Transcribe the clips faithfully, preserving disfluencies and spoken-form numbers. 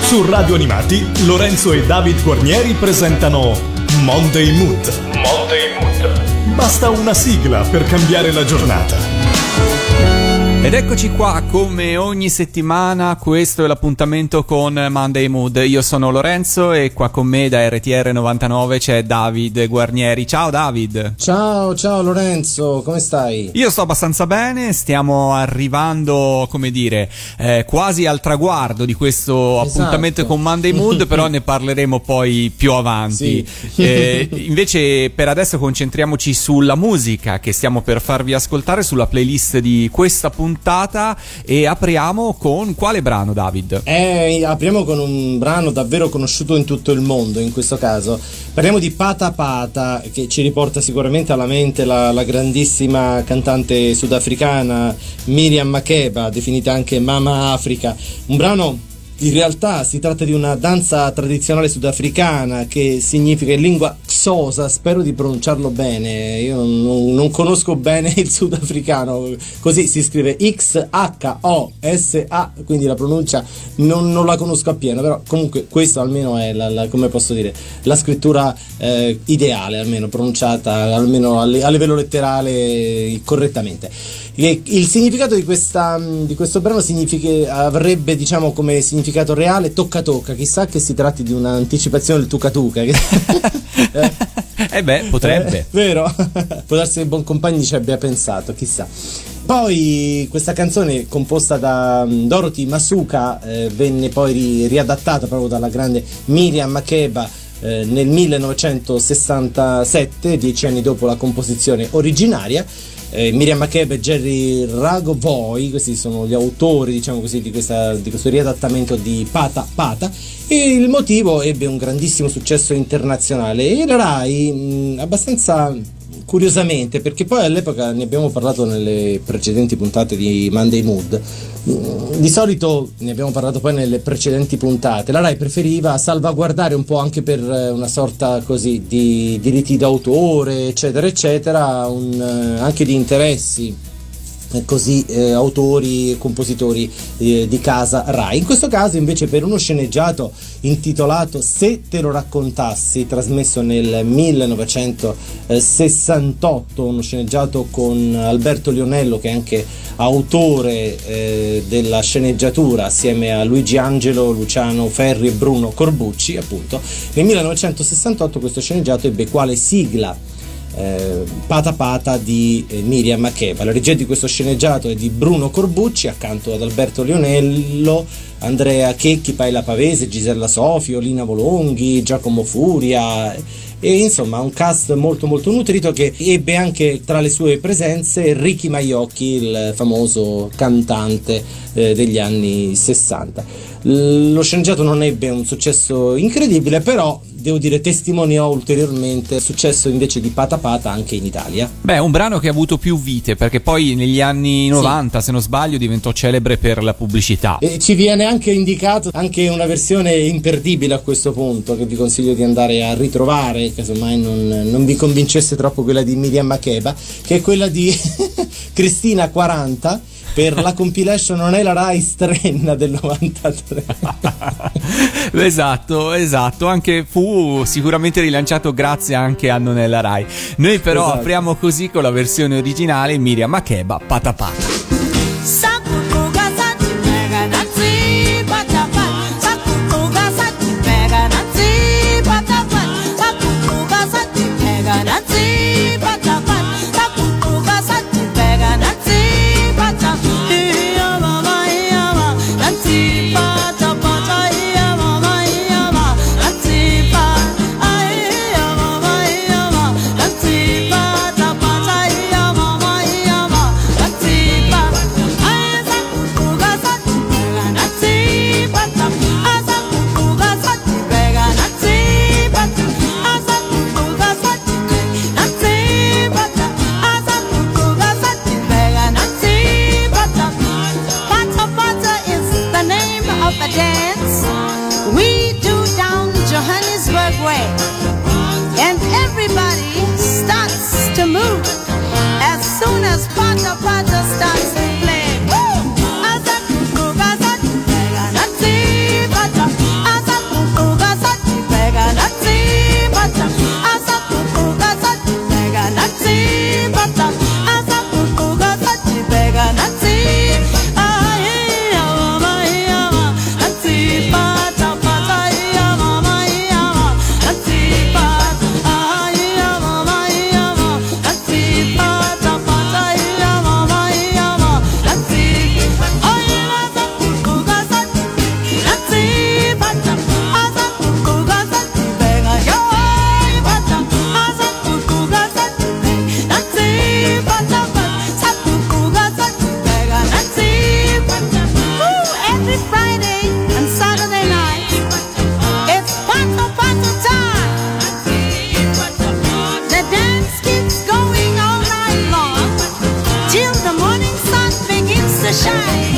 Su Radio Animati, Lorenzo e David Guarnieri presentano Monday Mood. Monday Mood. Basta una sigla per cambiare la giornata. Ed eccoci qua, come ogni settimana, questo è l'appuntamento con Monday Mood. Io sono Lorenzo e qua con me da R T R novantanove c'è David Guarnieri. Ciao David. Ciao, ciao Lorenzo, come stai? Io sto abbastanza bene, stiamo arrivando, come dire, eh, quasi al traguardo di questo Esatto. appuntamento con Monday Mood, però ne parleremo poi più avanti. Sì. Eh, invece per adesso concentriamoci sulla musica che stiamo per farvi ascoltare, sulla playlist di questa puntata. Puntata e apriamo con quale brano, David? Eh, apriamo con un brano davvero conosciuto in tutto il mondo in questo caso. Parliamo di Pata Pata, che ci riporta sicuramente alla mente la, la grandissima cantante sudafricana Miriam Makeba, definita anche Mama Africa. Un brano, in realtà si tratta di una danza tradizionale sudafricana che significa in lingua Xhosa, spero di pronunciarlo bene, io non, non conosco bene il sudafricano, così si scrive X H O S A, quindi la pronuncia non, non la conosco appieno, però comunque questa almeno è la, la, come posso dire, la scrittura eh, ideale, almeno pronunciata almeno a, a livello letterale correttamente. Il significato di, questa, di questo brano significa, avrebbe diciamo come significato reale tocca tocca, chissà che si tratti di un'anticipazione del tuca tuca. eh, eh beh, potrebbe. Eh, vero? Può darsi che Boncompagni ci abbia pensato, chissà. Poi questa canzone composta da Dorothy Masuka eh, venne poi ri- riadattata proprio dalla grande Miriam Makeba eh, nel millenovecentosessantasette, dieci anni dopo la composizione originaria. Eh, Miriam Makeba e Jerry Ragovoi, questi sono gli autori, diciamo così, di, questa, di questo riadattamento di Pata Pata, e il motivo ebbe un grandissimo successo internazionale e la Rai mh, abbastanza curiosamente, perché poi all'epoca ne abbiamo parlato nelle precedenti puntate di Monday Mood, di solito ne abbiamo parlato poi nelle precedenti puntate, la Rai preferiva salvaguardare un po' anche per una sorta così di diritti d'autore eccetera eccetera, un, anche di interessi così eh, autori e compositori eh, di casa Rai. In questo caso invece per uno sceneggiato intitolato Se te lo raccontassi, trasmesso nel millenovecentosessantotto, uno sceneggiato con Alberto Lionello che è anche autore eh, della sceneggiatura assieme a Luigi Angelo, Luciano Ferri e Bruno Corbucci, appunto nel millenovecentosessantotto questo sceneggiato ebbe quale sigla Eh, Pata Pata di eh, Miriam Makeba. La regia di questo sceneggiato è di Bruno Corbucci, accanto ad Alberto Lionello, Andrea Checchi, Paella Pavese, Gisella Sofio, Lina Volonghi, Giacomo Furia e insomma un cast molto molto nutrito che ebbe anche tra le sue presenze Ricky Maiocchi, il famoso cantante eh, degli anni sessanta. Lo sceneggiato non ebbe un successo incredibile, però devo dire testimoniò ulteriormente il successo invece di Pata Pata anche in Italia. Beh, un brano che ha avuto più vite, perché poi negli anni novanta, sì, se non sbaglio, diventò celebre per la pubblicità. E ci viene anche indicato anche una versione imperdibile a questo punto, che vi consiglio di andare a ritrovare, casomai non, non vi convincesse troppo quella di Miriam Makeba, che è quella di Cristina quaranta, per la compilation Non è la Rai Strenna del novantatré. Esatto, esatto, anche fu sicuramente rilanciato grazie anche a Non è la Rai. Noi però esatto. apriamo così con la versione originale, Miriam Makeba, Pata Pata. Pata Friday and Saturday night. It's Pato Pato time. The dance keeps going all night long till the morning sun begins to shine.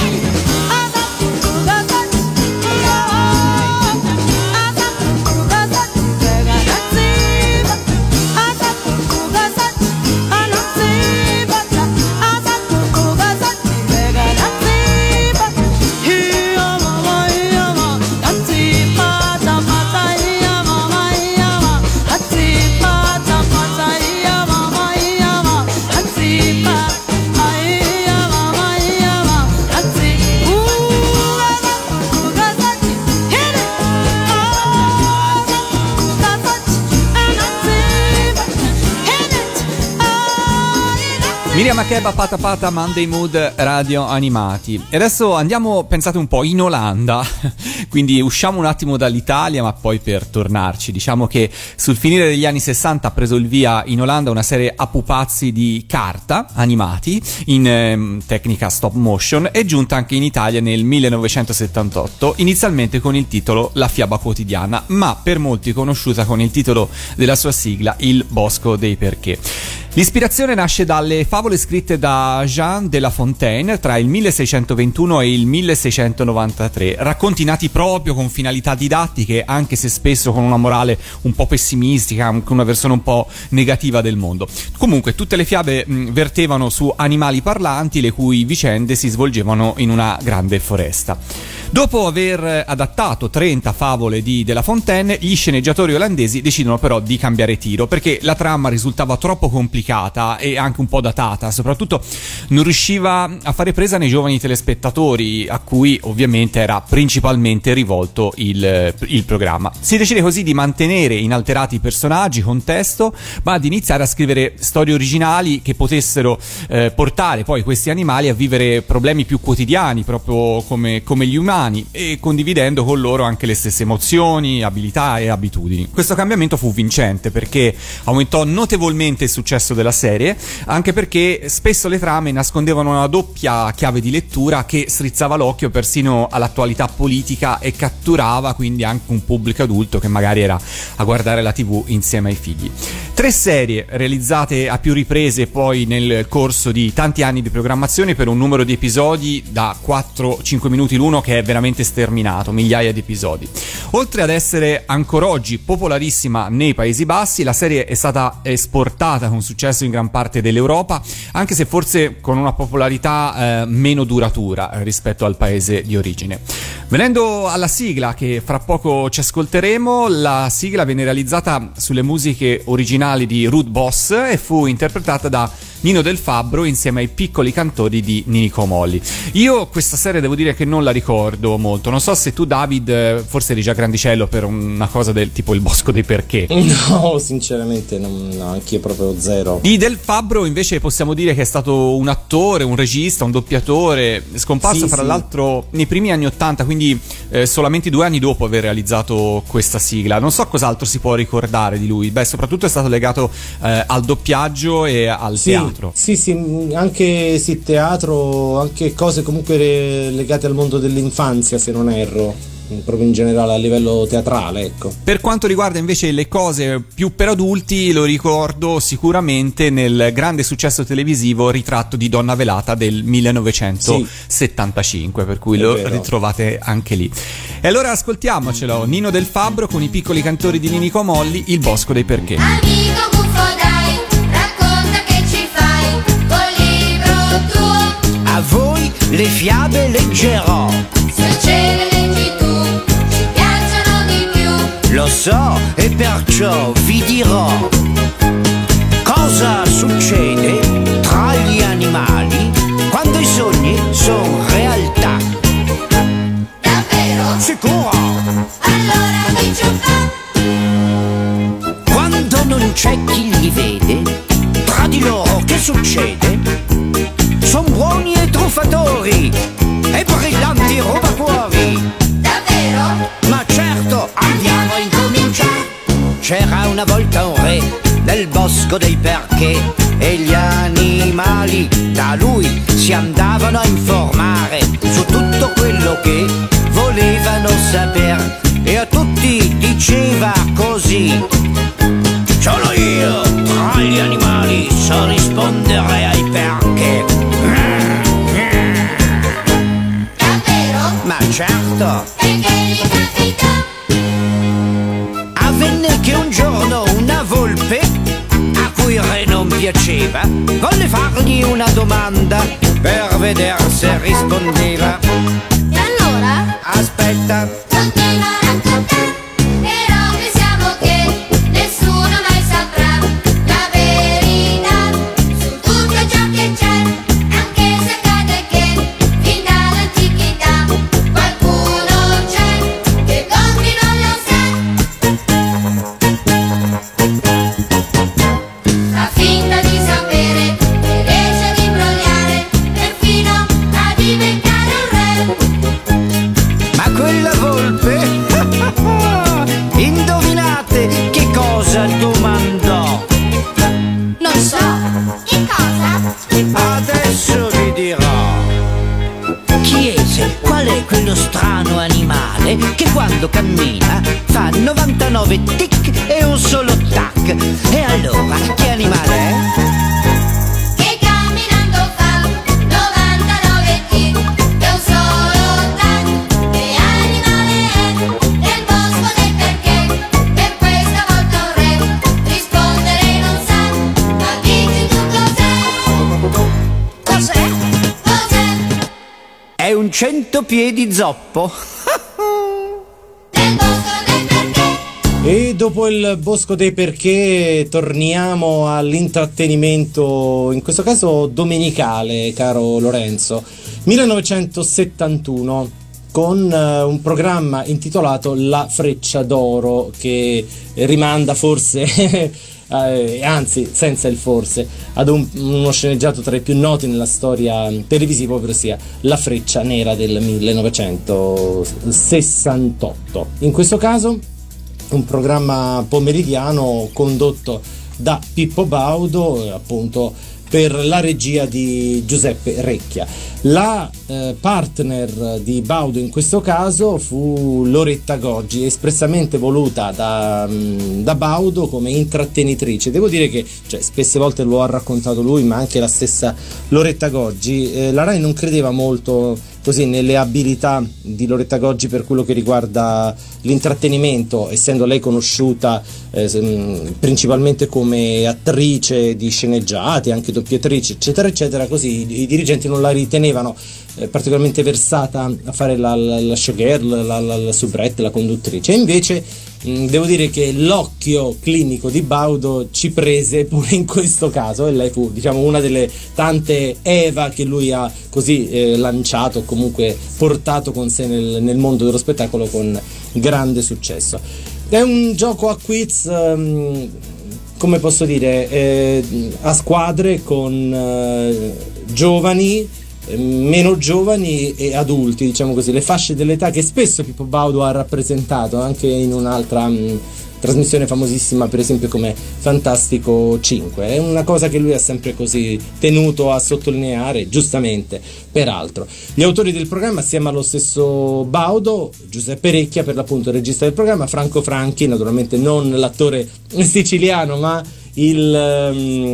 Miriam Makeba, Pata Pata, Monday Mood, Radio Animati. E adesso andiamo, pensate un po', in Olanda. Quindi usciamo un attimo dall'Italia, ma poi per tornarci. Diciamo che sul finire degli anni sessanta ha preso il via in Olanda una serie a pupazzi di carta, animati, in eh, tecnica stop motion, e giunta anche in Italia nel millenovecentosettantotto, inizialmente con il titolo La fiaba quotidiana, ma per molti conosciuta con il titolo della sua sigla, Il bosco dei perché. L'ispirazione nasce dalle favole scritte da Jean de La Fontaine tra il milleseicentoventuno e il milleseicentonovantatré, racconti nati proprio con finalità didattiche, anche se spesso con una morale un po' pessimistica, con una versione un po' negativa del mondo. Comunque tutte le fiabe mh, vertevano su animali parlanti, le cui vicende si svolgevano in una grande foresta. Dopo aver adattato trenta favole di De La Fontaine, gli sceneggiatori olandesi decidono però di cambiare tiro, perché la trama risultava troppo complicata e anche un po' datata, soprattutto non riusciva a fare presa nei giovani telespettatori, a cui ovviamente era principalmente rivolto il, il programma. Si decide così di mantenere inalterati i personaggi, contesto, ma di iniziare a scrivere storie originali che potessero eh, portare poi questi animali a vivere problemi più quotidiani, proprio come, come gli umani, e condividendo con loro anche le stesse emozioni, abilità e abitudini. Questo cambiamento fu vincente perché aumentò notevolmente il successo della serie, anche perché spesso le trame nascondevano una doppia chiave di lettura che strizzava l'occhio persino all'attualità politica e catturava quindi anche un pubblico adulto che magari era a guardare la tivù insieme ai figli. Tre serie realizzate a più riprese poi nel corso di tanti anni di programmazione, per un numero di episodi da quattro cinque minuti l'uno che è veramente sterminato, migliaia di episodi. Oltre ad essere ancora oggi popolarissima nei Paesi Bassi, la serie è stata esportata con successo in gran parte dell'Europa, anche se forse con una popolarità eh, meno duratura rispetto al paese di origine. Venendo alla sigla che fra poco ci ascolteremo, la sigla venne realizzata sulle musiche originali di Ruth Boss e fu interpretata da Nino Del Fabbro insieme ai piccoli cantori di Ninico Molli. Io questa serie devo dire che non la ricordo molto, non so se tu, David, forse eri già grandicello per una cosa del tipo Il bosco dei perché. No, sinceramente non, no, anch'io proprio zero. Di Del Fabbro invece possiamo dire che è stato un attore, un regista, un doppiatore, scomparso sì, fra sì. l'altro nei primi anni ottanta, quindi eh, solamente due anni dopo aver realizzato questa sigla. Non so cos'altro si può ricordare di lui, beh, soprattutto è stato legato eh, al doppiaggio e al sì. teatro. Sì, sì, anche sì, teatro, anche cose comunque legate al mondo dell'infanzia, se non erro, proprio in generale a livello teatrale, ecco. Per quanto riguarda invece le cose più per adulti, lo ricordo sicuramente nel grande successo televisivo Ritratto di Donna Velata del millenovecentosettantacinque, sì, per cui lo vero. Ritrovate anche lì. E allora ascoltiamocelo, Nino Del Fabbro con i piccoli cantori di Ninico Molli, Il bosco dei perché. Amico buffo dai, racconta che ci fai col libro tuo. A voi le fiabe leggerò, Se ce le leggi tu, ci piacciono di più. lo so, e perciò vi dirò cosa succede tra gli animali quando i sogni sono realtà. Davvero? Sicuro! Allora dici un po'. Quando non c'è chi li vede, tra di loro che succede? Sono buoni e truffatori e brillanti rubacuori. Davvero? Ma certo, andiamo a incominciare. C'era una volta un re nel bosco dei perché e gli animali da lui si andavano a informare su tutto quello che sapere, e a tutti diceva così: solo io tra gli animali so rispondere ai perché. Davvero? Ma certo. E che gli capitò? Avvenne che un giorno una volpe, a cui il re non piaceva, volle fargli una domanda per vedere se rispondeva. E allora? Aspetta. Continua a raccontare, però pensiamo che nessuno mai saprà la verità su tutto ciò che c'è, anche se accade che fin dall'antichità qualcuno c'è che conti non lo sa. Fa finta di sapere e riesce ad imbrogliare perfino a diventare un re. Ma quella volpe, indovinate che cosa domandò? Non so, che cosa? Adesso vi dirò. Chiese qual è quello strano animale che quando cammina fa novantanove tic e un solo tac. E allora, che animale è? Che camminando fa novantanove tic e un solo tac. Che animale è? Nel bosco del perché, per questa volta un re rispondere non sa. Ma dici tu cos'è? Cos'è? Cos'è? È un centopiedi zoppo. Nel bosco del perché. E dopo il bosco dei perché torniamo all'intrattenimento, in questo caso domenicale, caro Lorenzo. millenovecentosettantuno, con eh, un programma intitolato La Freccia d'Oro, che rimanda forse, eh, anzi senza il forse, ad un- uno sceneggiato tra i più noti nella storia televisiva, ovvero sia La Freccia Nera del millenovecentosessantotto. In questo caso un programma pomeridiano condotto da Pippo Baudo, eh, appunto per la regia di Giuseppe Recchia. La eh, partner di Baudo in questo caso fu Loretta Goggi, espressamente voluta da, mh, da Baudo come intrattenitrice. Devo dire che, cioè, spesse volte lo ha raccontato lui, ma anche la stessa Loretta Goggi, eh, la Rai non credeva molto così nelle abilità di Loretta Goggi per quello che riguarda l'intrattenimento, essendo lei conosciuta eh, mh, principalmente come attrice di sceneggiati, anche doppiatrice, eccetera eccetera. Così i, i dirigenti non la ritenevano eh, particolarmente versata a fare la, la, la showgirl, la, la, la soubrette, la conduttrice. E invece mh, devo dire che l'occhio clinico di Baudo ci prese pure in questo caso, e lei fu, diciamo, una delle tante Eva che lui ha così eh, lanciato, comunque portato con sé nel, nel mondo dello spettacolo con grande successo. È un gioco a quiz, ehm, come posso dire, eh, a squadre con eh, giovani, eh, meno giovani e adulti, diciamo così, le fasce dell'età che spesso Pippo Baudo ha rappresentato anche in un'altra mh, trasmissione famosissima, per esempio come Fantastico cinque. È una cosa che lui ha sempre così tenuto a sottolineare, giustamente, peraltro. Gli autori del programma, assieme allo stesso Baudo, Giuseppe Recchia, per l'appunto il regista del programma, Franco Franchi, naturalmente non l'attore siciliano, ma il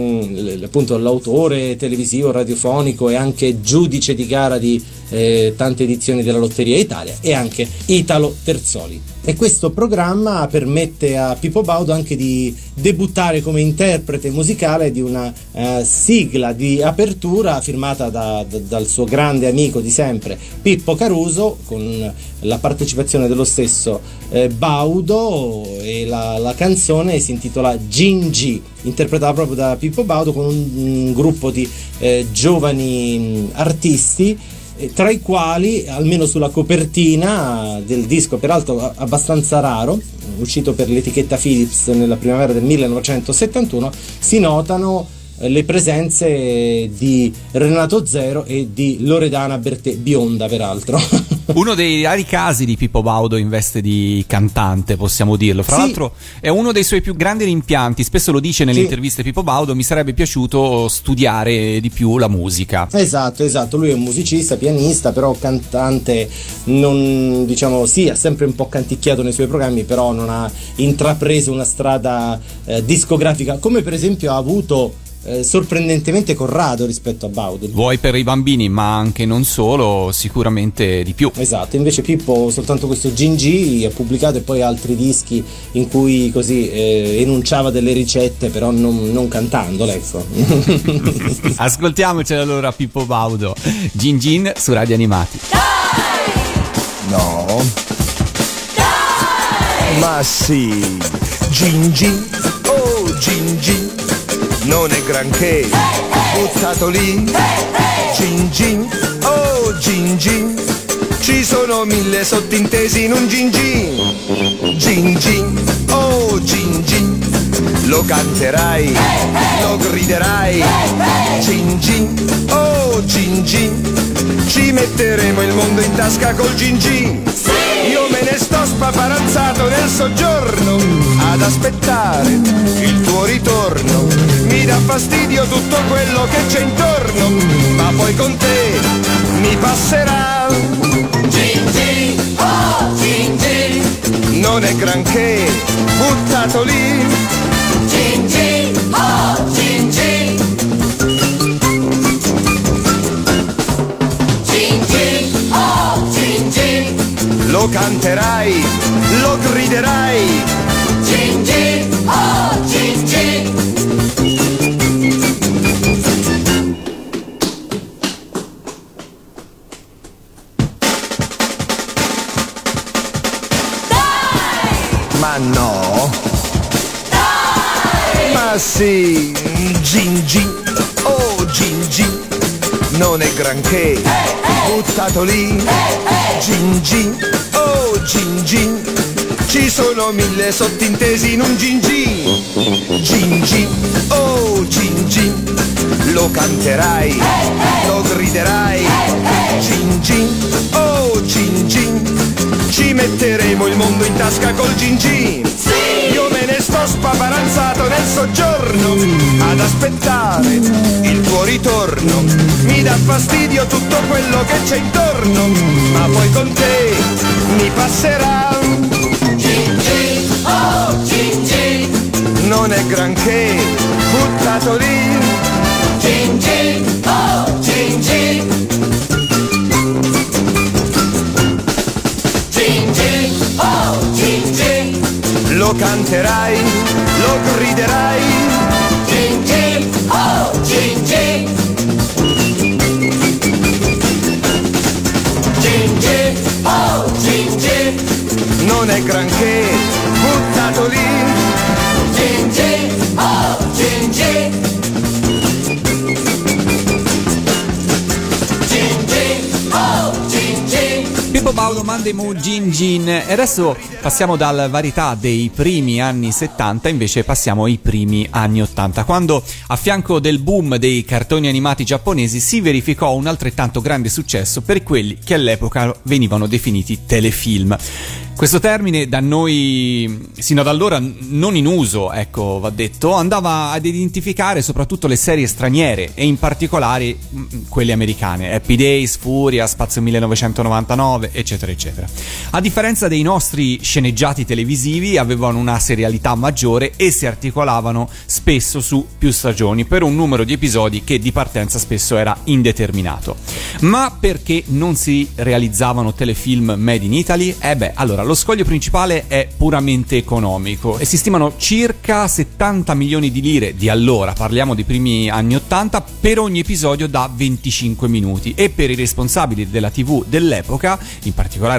um, appunto l'autore televisivo, radiofonico e anche giudice di gara di eh, tante edizioni della Lotteria Italia, e anche Italo Terzoli. E questo programma permette a Pippo Baudo anche di debuttare come interprete musicale di una eh, sigla di apertura firmata da, da, dal suo grande amico di sempre Pippo Caruso, con la partecipazione dello stesso eh, Baudo, e la, la canzone si intitola Gingi, interpretata proprio da Pippo Baudo con un, un gruppo di eh, giovani mh, artisti, tra i quali, almeno sulla copertina del disco, peraltro abbastanza raro, uscito per l'etichetta Philips nella primavera del millenovecentosettantuno, si notano le presenze di Renato Zero e di Loredana Bertè, bionda peraltro. Uno dei rari casi di Pippo Baudo in veste di cantante, possiamo dirlo. Fra Sì. l'altro è uno dei suoi più grandi rimpianti, spesso lo dice nelle Sì. interviste Pippo Baudo, mi sarebbe piaciuto studiare di più la musica. Esatto, esatto, lui è un musicista, pianista, però cantante non, diciamo, sì, ha sempre un po' canticchiato nei suoi programmi, però non ha intrapreso una strada eh, discografica, come per esempio ha avuto eh, sorprendentemente Corrado rispetto a Baudo. Vuoi per i bambini, ma anche non solo, sicuramente di più. Esatto, invece Pippo soltanto questo Gingì ha pubblicato e poi altri dischi in cui così eh, enunciava delle ricette, però non, non cantandole, ecco. Ascoltiamocela allora Pippo Baudo, Gin Gin su Radio Animati. No. Ma sì. Gin Gin, oh Gin Gin, non è granché, buttato lì. Gin Gin, oh Gin Gin, ci sono mille sottintesi in un Gin Gin. Gin Gin, oh Gin Gin, lo canterai, lo griderai. Gin Gin, oh Gin Gin, ci metteremo il mondo in tasca col Gin Gin. Io me ne sto spaparanzato nel soggiorno ad aspettare il tuo ritorno. Mi dà fastidio tutto quello che c'è intorno, ma poi con te mi passerà. Gin Gin, oh Gin Gin, non è granché, buttato lì. Gin Gin, oh Gin Gin, Gin Gin, oh Gin Gin, lo canterai, lo griderai. Gin Gin, oh Gin Gin. Ma no. Dai! Ma sì. Gin Gin, oh Gin Gin, non è granché, buttato lì. Gin Gin, oh Gin Gin, ci sono mille sottintesi in un Gin Gin. Gin Gin, oh Gin Gin, lo canterai, lo griderai. Gin Gin, oh Gin Gin, ci metteremo il mondo in tasca col Gin Gin. Io me ne sto spaparanzato nel soggiorno ad aspettare il tuo ritorno. Mi dà fastidio tutto quello che c'è intorno, ma poi con te mi passerà. Gin Gin, oh Gin Gin, non è granché, buttato lì. Gin Gin, oh Gin Gin, Gin Gin, oh Gin Gin, lo canterai, lo griderai. Gin Gin, oh Gin Gin, Gin Gin, oh Gin Gin, non è granché, buttato lì. Gin Gin, oh Gin Gin, Gin Gin, oh Gin Gin. Pippo Baudo, Monday Mood, Gin Gin. E adesso passiamo dalla varietà dei primi anni settanta, invece passiamo ai primi anni ottanta, quando a fianco del boom dei cartoni animati giapponesi si verificò un altrettanto grande successo per quelli che all'epoca venivano definiti telefilm. Questo termine da noi sino ad allora non in uso, ecco, va detto, andava ad identificare soprattutto le serie straniere e in particolare mh, quelle americane, Happy Days, Furia, Spazio millenovecentonovantanove, eccetera eccetera. A differenza dei nostri sceneggiati televisivi, avevano una serialità maggiore e si articolavano spesso su più stagioni per un numero di episodi che di partenza spesso era indeterminato. Ma perché non si realizzavano telefilm made in Italy? Eh beh, allora lo scoglio principale è puramente economico e si stimano circa settanta milioni di lire di allora, parliamo dei primi anni ottanta, per ogni episodio da venticinque minuti, e per i responsabili della tivù dell'epoca, in particolare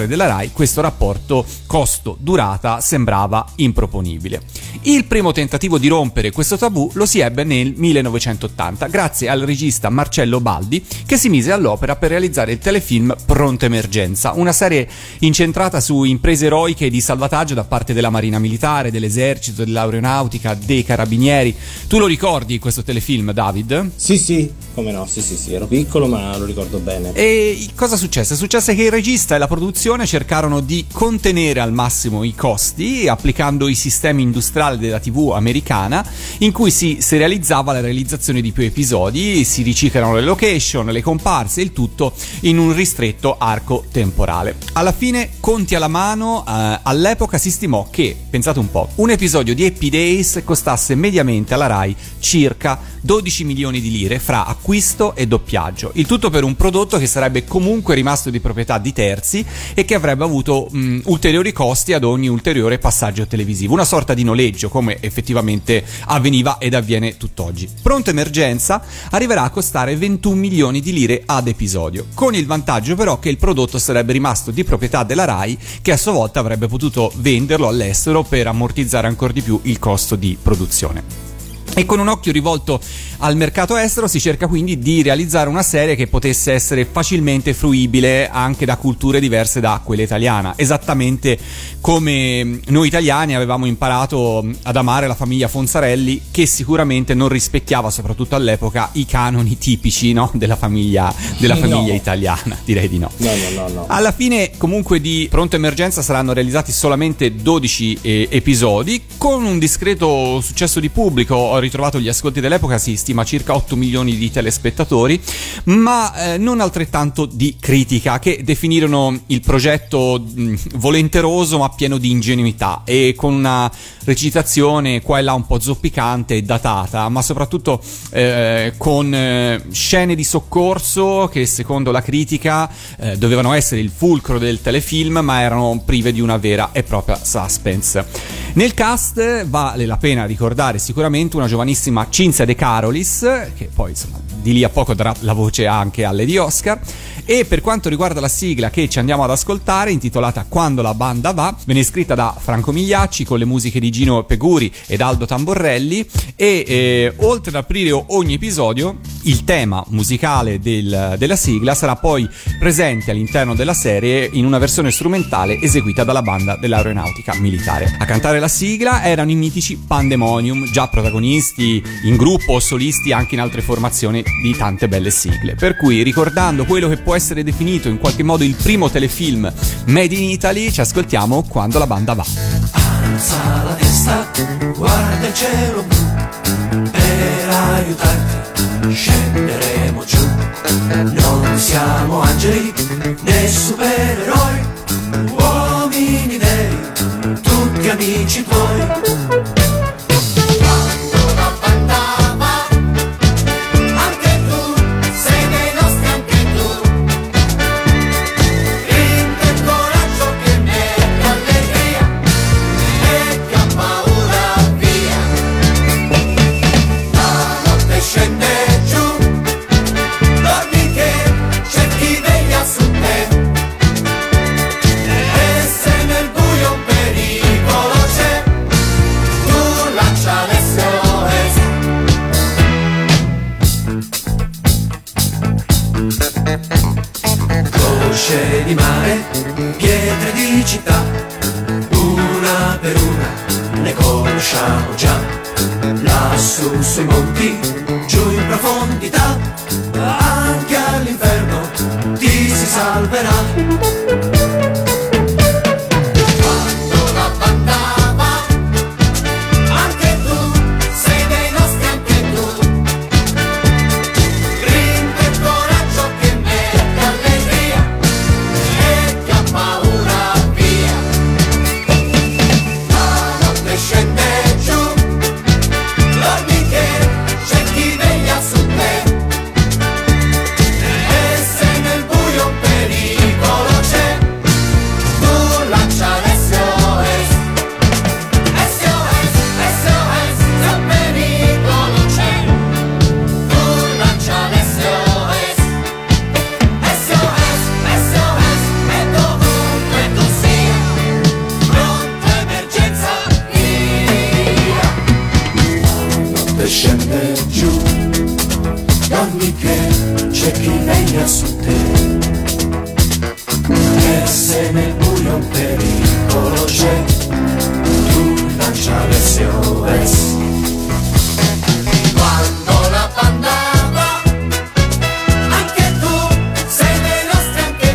della Rai, questo rapporto costo-durata sembrava improponibile. Il primo tentativo di rompere questo tabù lo si ebbe nel millenovecentottanta grazie al regista Marcello Baldi, che si mise all'opera per realizzare il telefilm Pronto Emergenza, una serie incentrata su imprese eroiche di salvataggio da parte della Marina Militare, dell'Esercito, dell'Aeronautica, dei Carabinieri. Tu lo ricordi questo telefilm, David? Sì, sì, come no, sì, sì, sì, ero piccolo ma lo ricordo bene. E cosa successe? Successe che il regista e la produzione cercarono di contenere al massimo i costi applicando i sistemi industriali della tivù americana, in cui si serializzava la realizzazione di più episodi, si riciclano le location, le comparse, il tutto in un ristretto arco temporale. Alla fine, conti alla mano, eh, all'epoca si stimò che, pensate un po', un episodio di Happy Days costasse mediamente alla Rai circa dodici milioni di lire fra acquisto e doppiaggio, il tutto per un prodotto che sarebbe comunque rimasto di proprietà di terzi e che avrebbe avuto mh, ulteriori costi ad ogni ulteriore passaggio televisivo, una sorta di noleggio come effettivamente avveniva ed avviene tutt'oggi. Pronto Emergenza arriverà a costare ventuno milioni di lire ad episodio, con il vantaggio però che il prodotto sarebbe rimasto di proprietà della Rai, che a sua volta avrebbe potuto venderlo all'estero per ammortizzare ancora di più il costo di produzione. E con un occhio rivolto al mercato estero si cerca quindi di realizzare una serie che potesse essere facilmente fruibile anche da culture diverse da quella italiana, esattamente come noi italiani avevamo imparato ad amare la famiglia Fonzarelli, che sicuramente non rispecchiava, soprattutto all'epoca, i canoni tipici, no? della famiglia, della famiglia No. italiana, direi di no. No, no, no, no. Alla fine comunque di Pronto Emergenza saranno realizzati solamente dodici eh, episodi con un discreto successo di pubblico. Ho ritrovato gli ascolti dell'epoca, si stima circa otto milioni di telespettatori, ma eh, non altrettanto di critica, che definirono il progetto mh, volenteroso ma pieno di ingenuità e con una recitazione qua e là un po' zoppicante e datata, ma soprattutto eh, con eh, scene di soccorso che secondo la critica eh, dovevano essere il fulcro del telefilm, ma erano prive di una vera e propria suspense. Nel cast vale la pena ricordare sicuramente una giovanissima Cinzia De Carolis, che poi insomma di lì a poco darà la voce anche alle di Oscar. E per quanto riguarda la sigla che ci andiamo ad ascoltare, intitolata Quando la banda va, viene scritta da Franco Migliacci con le musiche di Gino Peguri ed Aldo Tamborelli e eh, oltre ad aprire ogni episodio, il tema musicale del, della sigla sarà poi presente all'interno della serie in una versione strumentale eseguita dalla banda dell'Aeronautica Militare. A cantare la sigla erano i mitici Pandemonium, già protagonisti in gruppo o solisti anche in altre formazioni di tante belle sigle. Per cui, ricordando quello che può essere definito in qualche modo il primo telefilm made in Italy, ci ascoltiamo Quando la banda va. Alza la testa, guarda il cielo blu, per aiutarti scenderemo giù. Non siamo angeli né supereroi, uomini veri, tutti amici tuoi. Cosce di mare, pietre di città, una per una le conosciamo già. Lassù sui monti, giù in profondità, anche all'inferno ti si salverà. Pericolo c'è pericolo c'è, tu lancia l'S O S. Quando la banda va, anche tu, sei dei nostri anche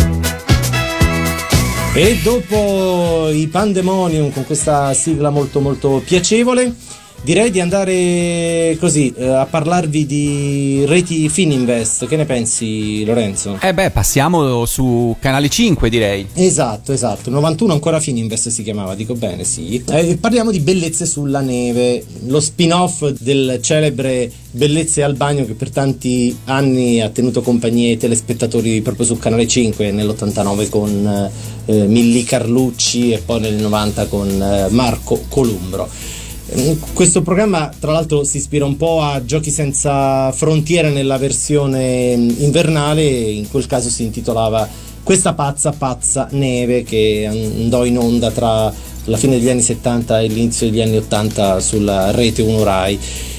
tu. E dopo i Pandemonium con questa sigla molto molto piacevole, direi di andare così eh, a parlarvi di reti Fininvest. Che ne pensi, Lorenzo? Eh beh, passiamo su Canale cinque, direi. Esatto, esatto. novantuno ancora Fininvest si chiamava, dico bene, sì. Eh, parliamo di Bellezze sulla neve, lo spin-off del celebre Bellezze al bagno che per tanti anni ha tenuto compagnia ai telespettatori proprio su Canale cinque, nell'ottantanove con eh, Milly Carlucci e poi nel novanta con eh, Marco Columbro. Questo programma tra l'altro si ispira un po' a Giochi senza frontiere nella versione invernale, in quel caso si intitolava Questa pazza pazza neve, che andò in onda tra la fine degli anni settanta e l'inizio degli anni ottanta sulla rete uno Rai.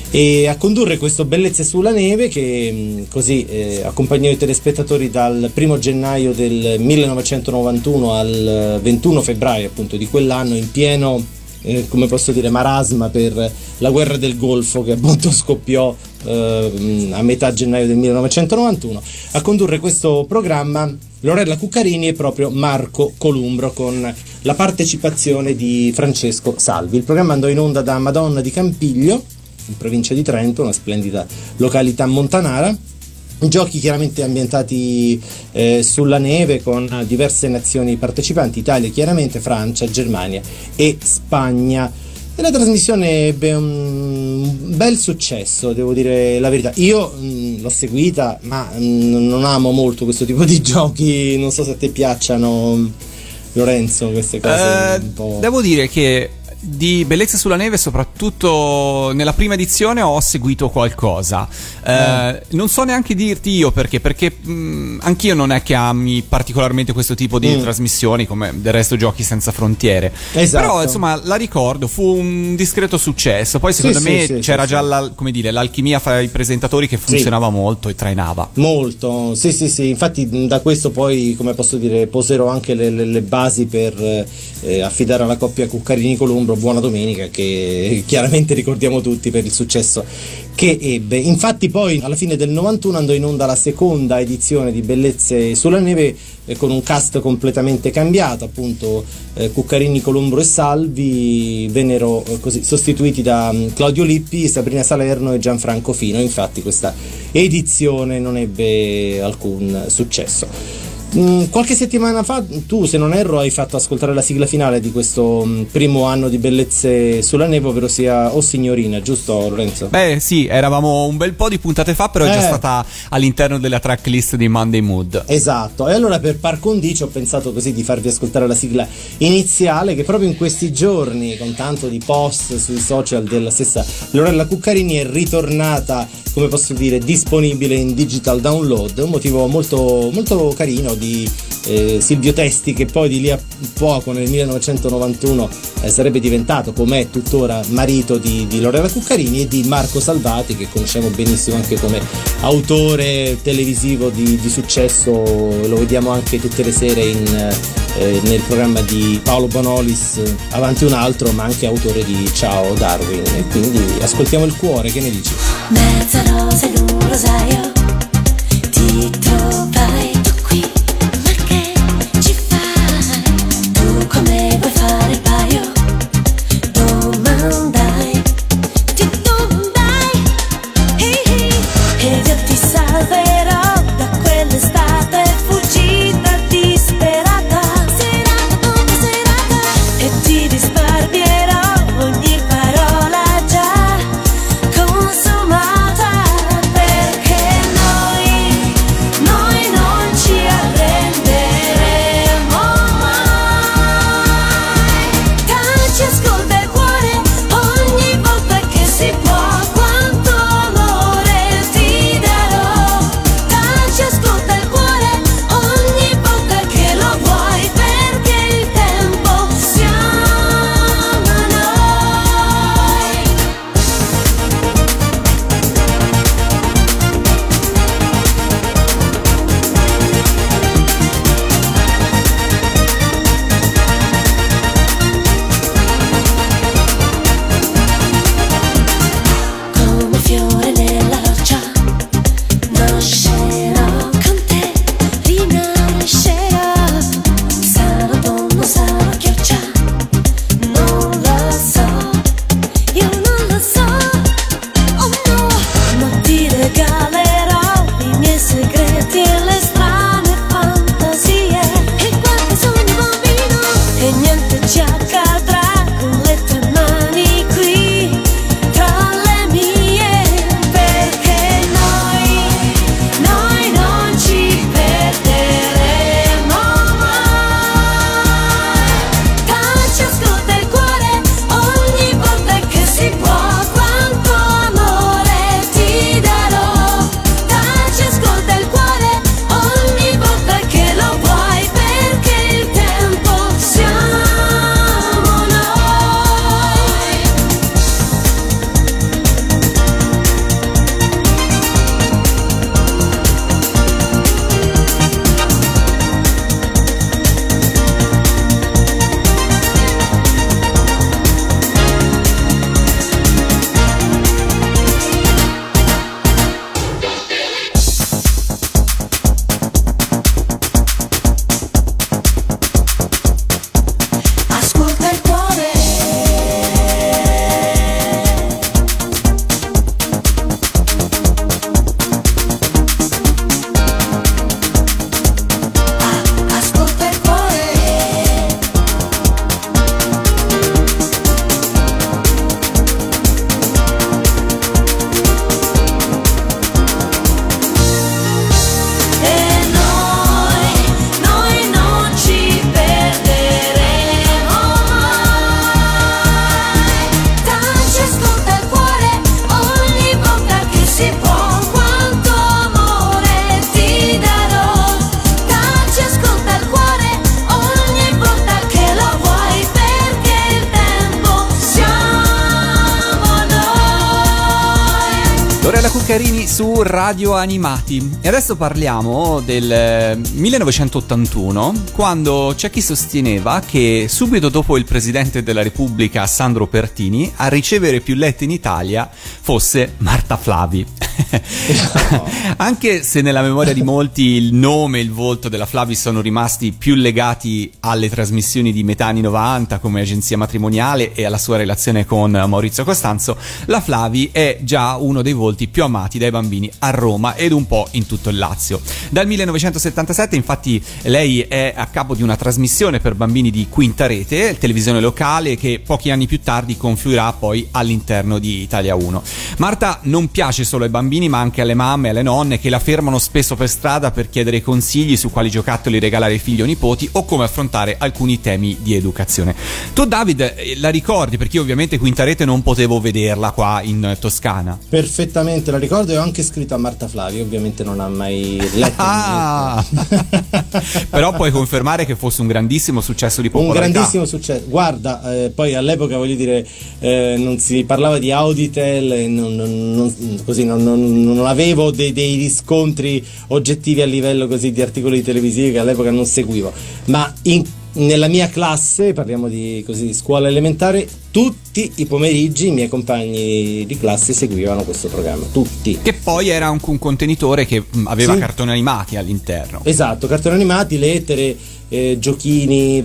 E a condurre questo Bellezze sulla neve che così eh, accompagnò i telespettatori dal primo gennaio del millenovecentonovantuno al ventuno febbraio appunto di quell'anno, in pieno Eh, come posso dire marasma per la guerra del Golfo che appunto scoppiò eh, a metà gennaio del millenovecentonovantuno. A condurre questo programma Lorella Cuccarini e proprio Marco Columbro, con la partecipazione di Francesco Salvi. Il programma andò in onda da Madonna di Campiglio, in provincia di Trento, una splendida località montanara. Giochi chiaramente ambientati eh, sulla neve, con diverse nazioni partecipanti: Italia chiaramente, Francia, Germania e Spagna. E la trasmissione ebbe un bel successo, devo dire la verità. Io mh, l'ho seguita, ma mh, non amo molto questo tipo di giochi. Non so se a te piacciono, Lorenzo, queste cose eh, un po'... Devo dire che di Bellezze sulla neve, soprattutto nella prima edizione, ho seguito qualcosa. Eh, eh. Non so neanche dirti io perché, perché mh, anch'io non è che ami particolarmente questo tipo di mm. trasmissioni, come del resto Giochi senza frontiere. Esatto. Però insomma la ricordo, fu un discreto successo. Poi secondo sì, me sì, c'era sì, già sì. La, come dire, l'alchimia fra i presentatori che funzionava sì. molto e trainava. Molto, sì sì sì, infatti da questo poi, come posso dire, poserò anche le, le, le basi per eh, affidare alla coppia Cuccarini-Columbro Buona Domenica, che chiaramente ricordiamo tutti per il successo che ebbe. Infatti poi alla fine del novantuno andò in onda la seconda edizione di Bellezze sulla neve eh, con un cast completamente cambiato, appunto eh, Cuccarini, Columbro e Salvi vennero eh, così sostituiti da um, Claudio Lippi, Sabrina Salerno e Gianfranco Fino. Infatti questa edizione non ebbe alcun successo. Mm, qualche settimana fa tu, se non erro, hai fatto ascoltare la sigla finale di questo mm, primo anno di Bellezze sulla neve, ovvero sia O Signorina, giusto Lorenzo? Beh sì, eravamo un bel po' di puntate fa, però è eh. già stata all'interno della tracklist di Monday Mood. Esatto, e allora per par condicio ho pensato così di farvi ascoltare la sigla iniziale, che proprio in questi giorni, con tanto di post sui social della stessa Lorella Cuccarini, è ritornata, come posso dire, disponibile in digital download. Un motivo molto, molto carino di eh, Silvio Testi, che poi di lì a poco nel millenovecentonovantuno eh, sarebbe diventato, com'è tuttora, marito di, di Lorella Cuccarini, e di Marco Salvati, che conosciamo benissimo anche come autore televisivo di, di successo. Lo vediamo anche tutte le sere in, eh, nel programma di Paolo Bonolis Avanti un altro, ma anche autore di Ciao Darwin. E quindi ascoltiamo il cuore, che ne dici? Mezza rosa in un rosario, ti trovai tu qui, ma che ci fai? Tu come vuoi fare il paio? Domandai, ti domandai, hey, hey. Ed io ti salverò da quell'estate fuggita disperata, serata dopo serata, e ti risparmierò ogni parola già consumata, perché noi, noi, noi ci accadrà con le tue mani qui tra le mie, perché noi, noi non ci perderemo mai. Taci, ascolta il cuore ogni volta che si può, quanto amore ti darò. Taci, ascolta il cuore ogni volta che lo vuoi, perché il tempo siamo noi. Ascolta il cuore. Ah, ascolta il cuore. E noi, noi non ci perderemo mai. Taci, ascolta il cuore ogni volta che si può, quanto amore ti darò. Taci, ascolta il cuore ogni volta che lo vuoi, perché il tempo siamo noi. Lorella Cuccarini su Radio Animati. E adesso parliamo del eh, millenovecentottantuno, quando c'è chi sosteneva che subito dopo il Presidente della Repubblica Sandro Pertini a ricevere più letti in Italia fosse Marta Flavi. Anche se nella memoria di molti il nome e il volto della Flavi sono rimasti più legati alle trasmissioni di metà anni novanta come Agenzia Matrimoniale e alla sua relazione con Maurizio Costanzo, la Flavi è già uno dei volti più amati dai bambini a Roma ed un po' in tutto il Lazio. Dal millenovecentosettantasette infatti lei è a capo di una trasmissione per bambini di Quinta Rete, televisione locale, che pochi anni più tardi confluirà poi all'interno di Italia uno. Marta non piace solo ai bambini ma anche alle mamme e alle nonne, che la fermano spesso per strada per chiedere consigli su quali giocattoli regalare ai figli o nipoti o come affrontare alcuni temi di educazione. Tu, David, eh, la ricordi? Perché io ovviamente Quinta Rete non potevo vederla qua in Toscana. Perfettamente la ricordo e ho anche scritto a Marta Flavi, ovviamente non ha mai letto. Ah! Però puoi confermare che fosse un grandissimo successo di Un popolarità. grandissimo successo. Guarda, eh, poi all'epoca voglio dire eh, non si parlava di Auditel e non, non, non, così non, non, non avevo dei, dei riscontri oggettivi a livello così di articoli televisivi che all'epoca non seguivo, ma in, nella mia classe, parliamo di così scuola elementare, tutti i pomeriggi i miei compagni di classe seguivano questo programma, tutti. Che poi era un, un contenitore che mh, aveva Sì. cartoni animati all'interno. Esatto, cartoni animati, lettere, eh, giochini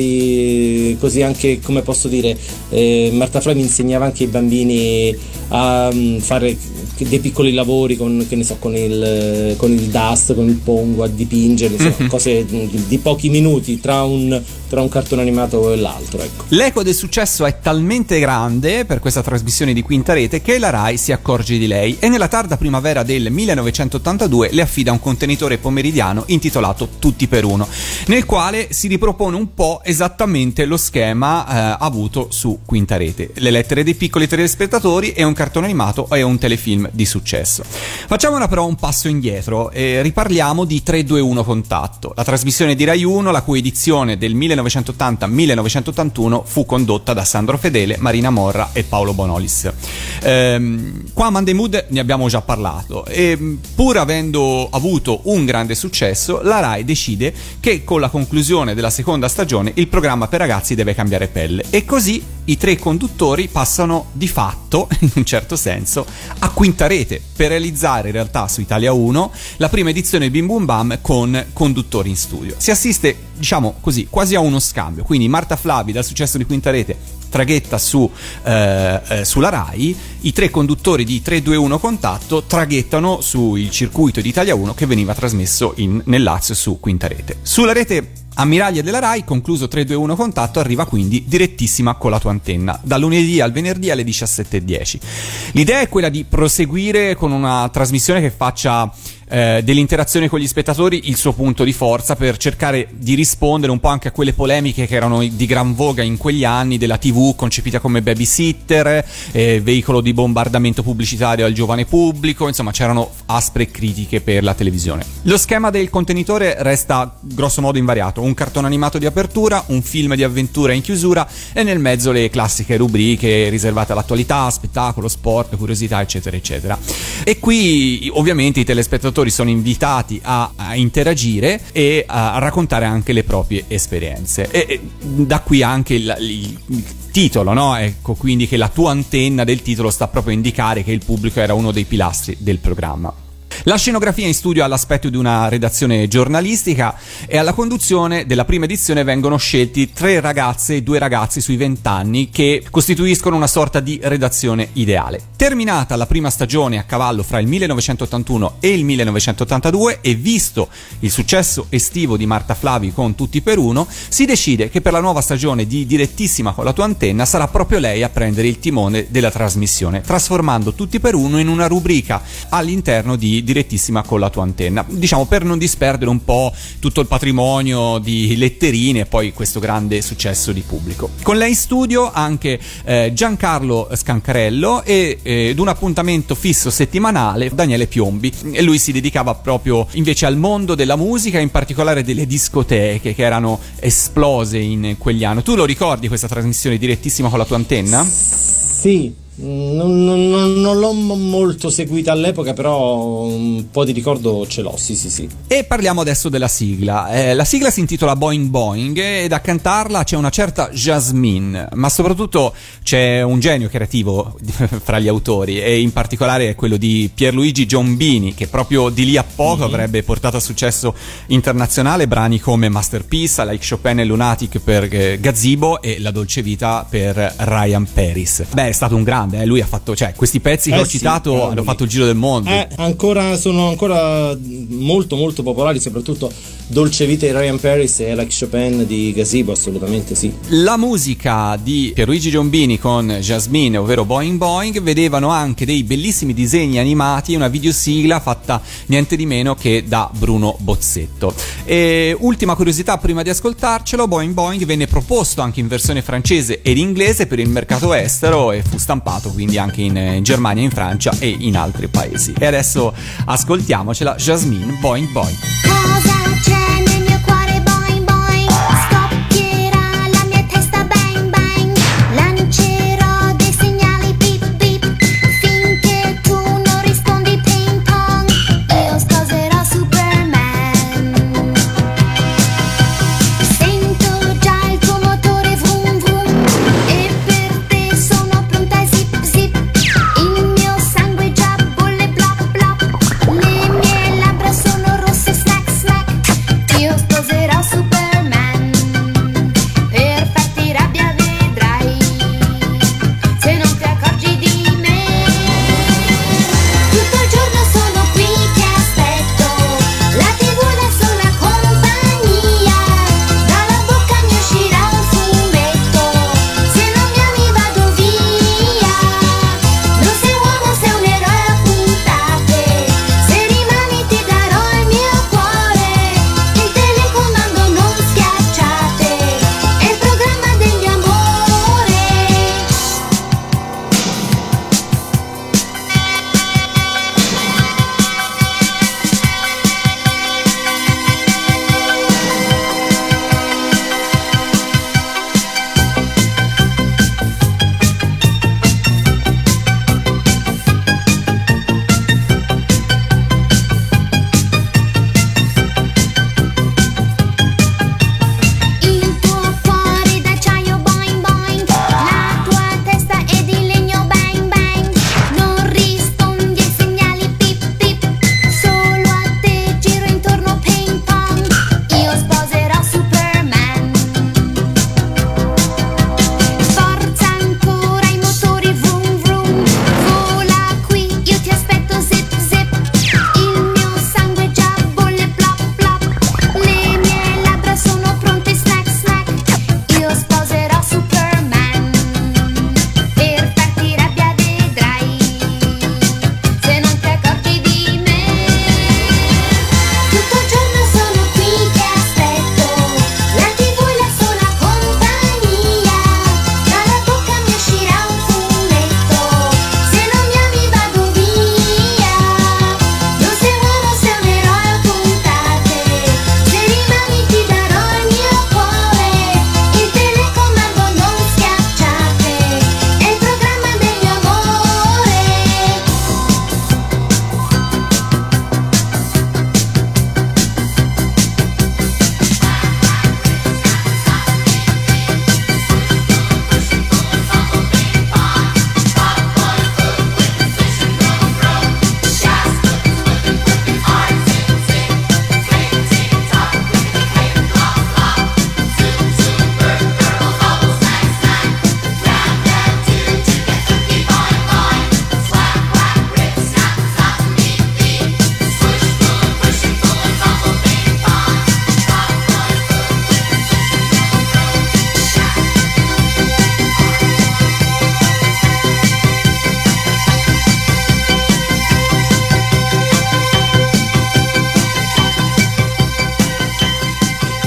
vari, così anche, come posso dire, eh, Marta Flavi insegnava anche ai bambini a um, fare dei piccoli lavori con, che ne so, con il, con il dust, con il pongo, a dipingere, insomma, Mhm. cose di, di pochi minuti tra un, tra un cartone animato e l'altro, ecco. L'eco del successo è talmente grande per questa trasmissione di Quinta Rete che la Rai si accorge di lei e nella tarda primavera del millenovecentottantadue le affida un contenitore pomeridiano intitolato Tutti per uno, nel quale si ripropone un po' esattamente lo schema eh, avuto su Quinta Rete: le lettere dei piccoli telespettatori e un cartone animato e un telefilm di successo. Facciamo ora però un passo indietro e riparliamo di tre due uno Contatto, la trasmissione di Rai uno la cui edizione del millenovecentottanta millenovecentottantuno fu condotta da Sandro Fedele, Marina Morra e Paolo Bonolis. Ehm, qua a Monday Mood ne abbiamo già parlato e pur avendo avuto un grande successo, la Rai decide che con la conclusione della seconda stagione il programma per ragazzi deve cambiare pelle e così i tre conduttori passano di fatto, in un certo senso, a Quinta Rete per realizzare in realtà su Italia uno la prima edizione di Bim Bum Bam con conduttori in studio. Si assiste, diciamo così, quasi a uno scambio, quindi Marta Flavi dal successo di Quinta Rete traghetta su eh, eh, sulla Rai, i tre conduttori di tre due uno Contatto traghettano sul circuito di Italia uno che veniva trasmesso in, nel Lazio su Quinta Rete. Sulla rete Ammiraglia della Rai, concluso tre due uno contatto, arriva quindi direttissima con la tua antenna, dal lunedì al venerdì alle diciassette e dieci. L'idea è quella di proseguire con una trasmissione che faccia Eh, dell'interazione con gli spettatori il suo punto di forza, per cercare di rispondere un po' anche a quelle polemiche che erano di gran voga in quegli anni, della tivù concepita come babysitter, eh, veicolo di bombardamento pubblicitario al giovane pubblico, insomma c'erano aspre critiche per la televisione. Lo schema del contenitore resta grosso modo invariato: un cartone animato di apertura, un film di avventura in chiusura e nel mezzo le classiche rubriche riservate all'attualità, spettacolo, sport, curiosità, eccetera eccetera. E qui ovviamente i telespettatori sono invitati a, a interagire e a raccontare anche le proprie esperienze, e, e da qui anche il, il, il titolo, no? Ecco, quindi che la tua antenna del titolo sta proprio a indicare che il pubblico era uno dei pilastri del programma. La scenografia in studio ha l'aspetto di una redazione giornalistica e alla conduzione della prima edizione vengono scelti tre ragazze e due ragazzi sui vent'anni che costituiscono una sorta di redazione ideale. Terminata la prima stagione a cavallo fra il millenovecentottantuno e il millenovecentottantadue e visto il successo estivo di Marta Flavi con Tutti per uno, si decide che per la nuova stagione di Direttissima con la tua antenna sarà proprio lei a prendere il timone della trasmissione, trasformando Tutti per uno in una rubrica all'interno di Direttissima con la tua antenna, diciamo per non disperdere un po' tutto il patrimonio di letterine e poi questo grande successo di pubblico. Con lei in studio anche eh, Giancarlo Scancarello e ed un appuntamento fisso settimanale Daniele Piombi, e lui si dedicava proprio invece al mondo della musica, in particolare delle discoteche che erano esplose in quegli anni. Tu lo ricordi questa trasmissione Direttissima con la tua antenna? Sì. Non, non, non l'ho molto seguita all'epoca, però un po' di ricordo ce l'ho, sì sì sì. E parliamo adesso della sigla. Eh, la sigla si intitola Boing Boing ed a cantarla c'è una certa Jasmine, ma soprattutto c'è un genio creativo fra gli autori, e in particolare è quello di Pierluigi Giombini, che proprio di lì a poco mm-hmm. avrebbe portato a successo internazionale brani come Masterpiece, Like Chopin e Lunatic per eh, Gazebo e La Dolce Vita per Ryan Paris. Beh, è stato un grande. Eh, lui ha fatto, cioè, questi pezzi che eh ho sì, citato cavoli. hanno fatto il giro del mondo. Eh, ancora, sono ancora molto molto popolari, soprattutto Dolce Vita di Ryan Paris e Like Chopin di Gazebo, assolutamente sì. La musica di Pierluigi Giombini con Jasmine, ovvero Boing Boing, vedevano anche dei bellissimi disegni animati e una videosigla fatta niente di meno che da Bruno Bozzetto. E ultima curiosità prima di ascoltarcelo: Boing Boing venne proposto anche in versione francese ed inglese per il mercato estero e fu stampato quindi anche in, in Germania, in Francia e in altri paesi. E adesso ascoltiamocela, Jasmine, Boing Boing. Cosa c'è nel mio cuore, boing boing? Scoppierà la mia testa, bang bang. Lancerò dei segnali beep beep finché tu non rispondi ping pong. Io sposerò Superman. Sento già il tuo motore vroom vroom e per te sono pronta zip zip. Il mio sangue già bolle blop blop. Le mie labbra sono rosse snack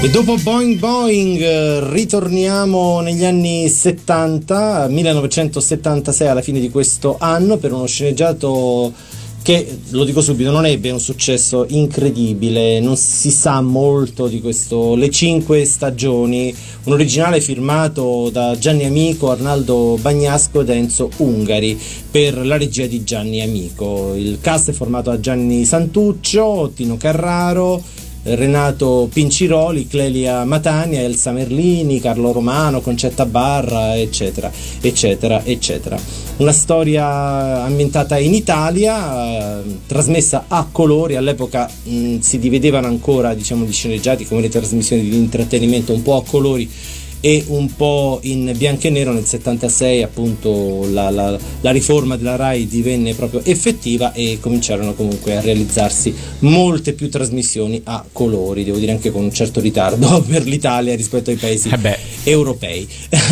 E dopo Boing Boing eh, ritorniamo negli anni settanta, millenovecentosettantasei, alla fine di questo anno, per uno sceneggiato che, lo dico subito, non ebbe un successo incredibile, non si sa molto di questo Le Cinque Stagioni, un originale firmato da Gianni Amico, Arnaldo Bagnasco ed Enzo Ungari, per la regia di Gianni Amico. Il cast è formato da Gianni Santuccio, Tino Carraro, Renato Pinciroli, Clelia Matania, Elsa Merlini, Carlo Romano, Concetta Barra, eccetera, eccetera, eccetera. Una storia ambientata in Italia, eh, trasmessa a colori. All'epoca mh, si dividevano ancora, diciamo, gli sceneggiati come le trasmissioni di intrattenimento un po' a colori e un po' in bianco e nero. Nel settantasei appunto la, la, la riforma della RAI divenne proprio effettiva e cominciarono comunque a realizzarsi molte più trasmissioni a colori, devo dire anche con un certo ritardo per l'Italia rispetto ai paesi Eh beh. europei.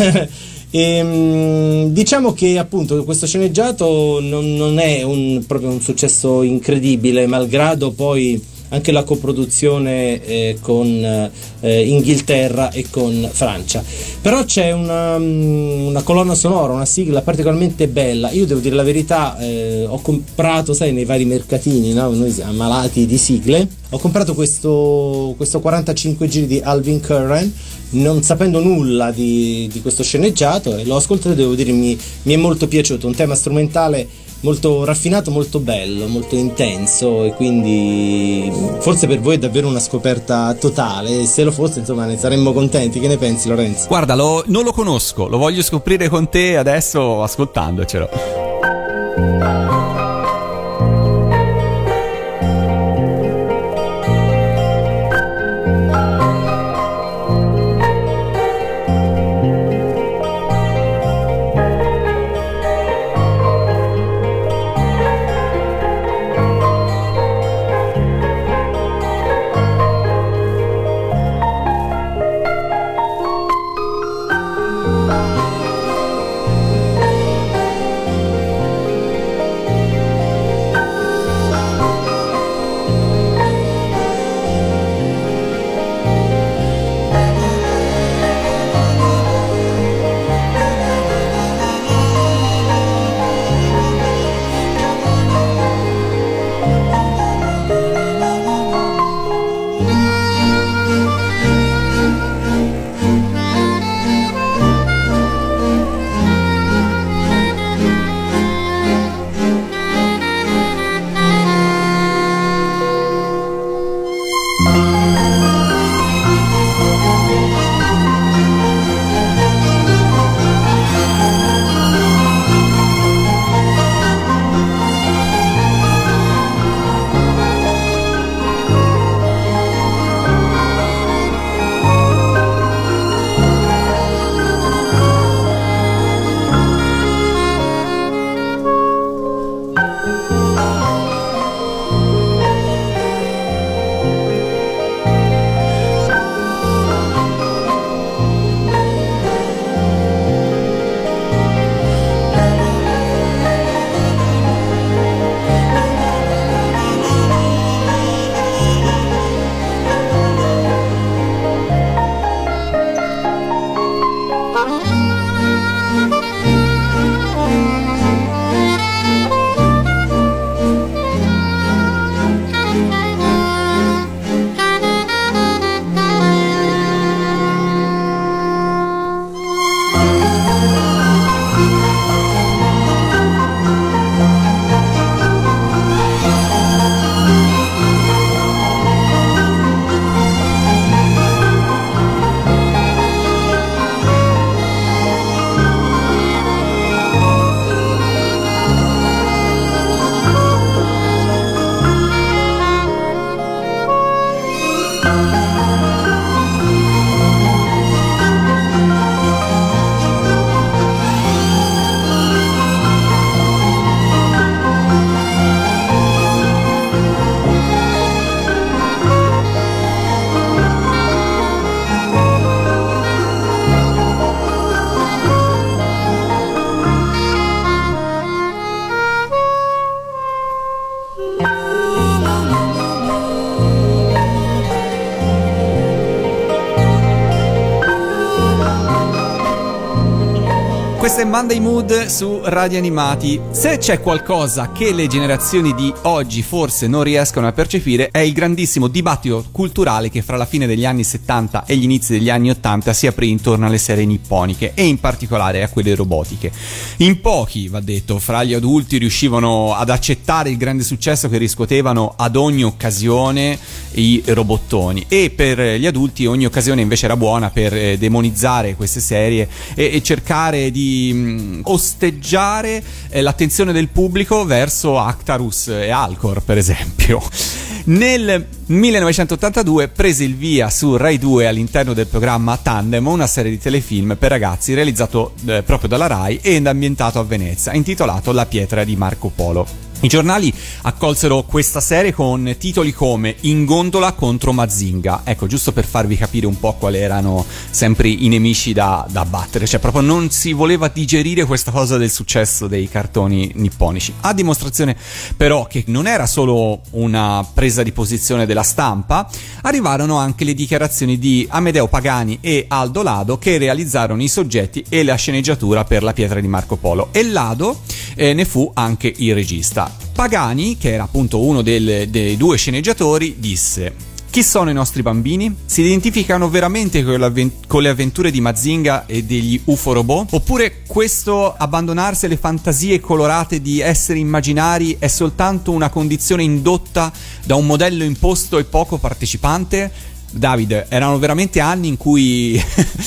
E, diciamo che appunto questo sceneggiato non, non è un, proprio un successo incredibile, malgrado poi anche la coproduzione eh, con eh, Inghilterra e con Francia. Però c'è una, una colonna sonora, una sigla particolarmente bella. Io devo dire la verità, eh, ho comprato, sai, nei vari mercatini, no? Noi siamo malati di sigle. Ho comprato questo, questo quarantacinque giri di Alvin Curran, non sapendo nulla di, di questo sceneggiato, e l'ho ascoltato e devo dire mi, mi è molto piaciuto. Un tema strumentale molto raffinato, molto bello, molto intenso, e quindi forse per voi è davvero una scoperta totale. Se lo fosse, insomma, ne saremmo contenti. Che ne pensi, Lorenzo? Guarda, lo, non lo conosco, lo voglio scoprire con te adesso ascoltandocelo. Questo è Monday Mood su Radio Animati. Se c'è qualcosa che le generazioni di oggi forse non riescono a percepire è il grandissimo dibattito culturale che fra la fine degli anni settanta e gli inizi degli anni ottanta si aprì intorno alle serie nipponiche e in particolare a quelle robotiche. In pochi, va detto, fra gli adulti riuscivano ad accettare il grande successo che riscuotevano ad ogni occasione i robottoni, e per gli adulti ogni occasione invece era buona per demonizzare queste serie e, e cercare di mh, osteggiare eh, l'attenzione del pubblico verso Actarus e Alcor, per esempio. Nel millenovecentottantadue prese il via su Rai due all'interno del programma Tandem, una serie di telefilm per ragazzi realizzato eh, proprio dalla Rai ed ambientato a Venezia, intitolato La pietra di Marco Polo. I giornali accolsero questa serie con titoli come In gondola contro Mazinga, ecco, giusto per farvi capire un po' quali erano sempre i nemici da, da battere, cioè proprio non si voleva digerire questa cosa del successo dei cartoni nipponici, a dimostrazione però che non era solo una presa di posizione della stampa. Arrivarono anche le dichiarazioni di Amedeo Pagani e Aldo Lado, che realizzarono i soggetti e la sceneggiatura per La pietra di Marco Polo, e Lado eh, ne fu anche il regista. Pagani, che era appunto uno del, dei due sceneggiatori, disse: chi sono i nostri bambini? Si identificano veramente con, con le avventure di Mazinga e degli U F O robot? Oppure questo abbandonarsi alle fantasie colorate di esseri immaginari è soltanto una condizione indotta da un modello imposto e poco partecipante? Davide, erano veramente anni in cui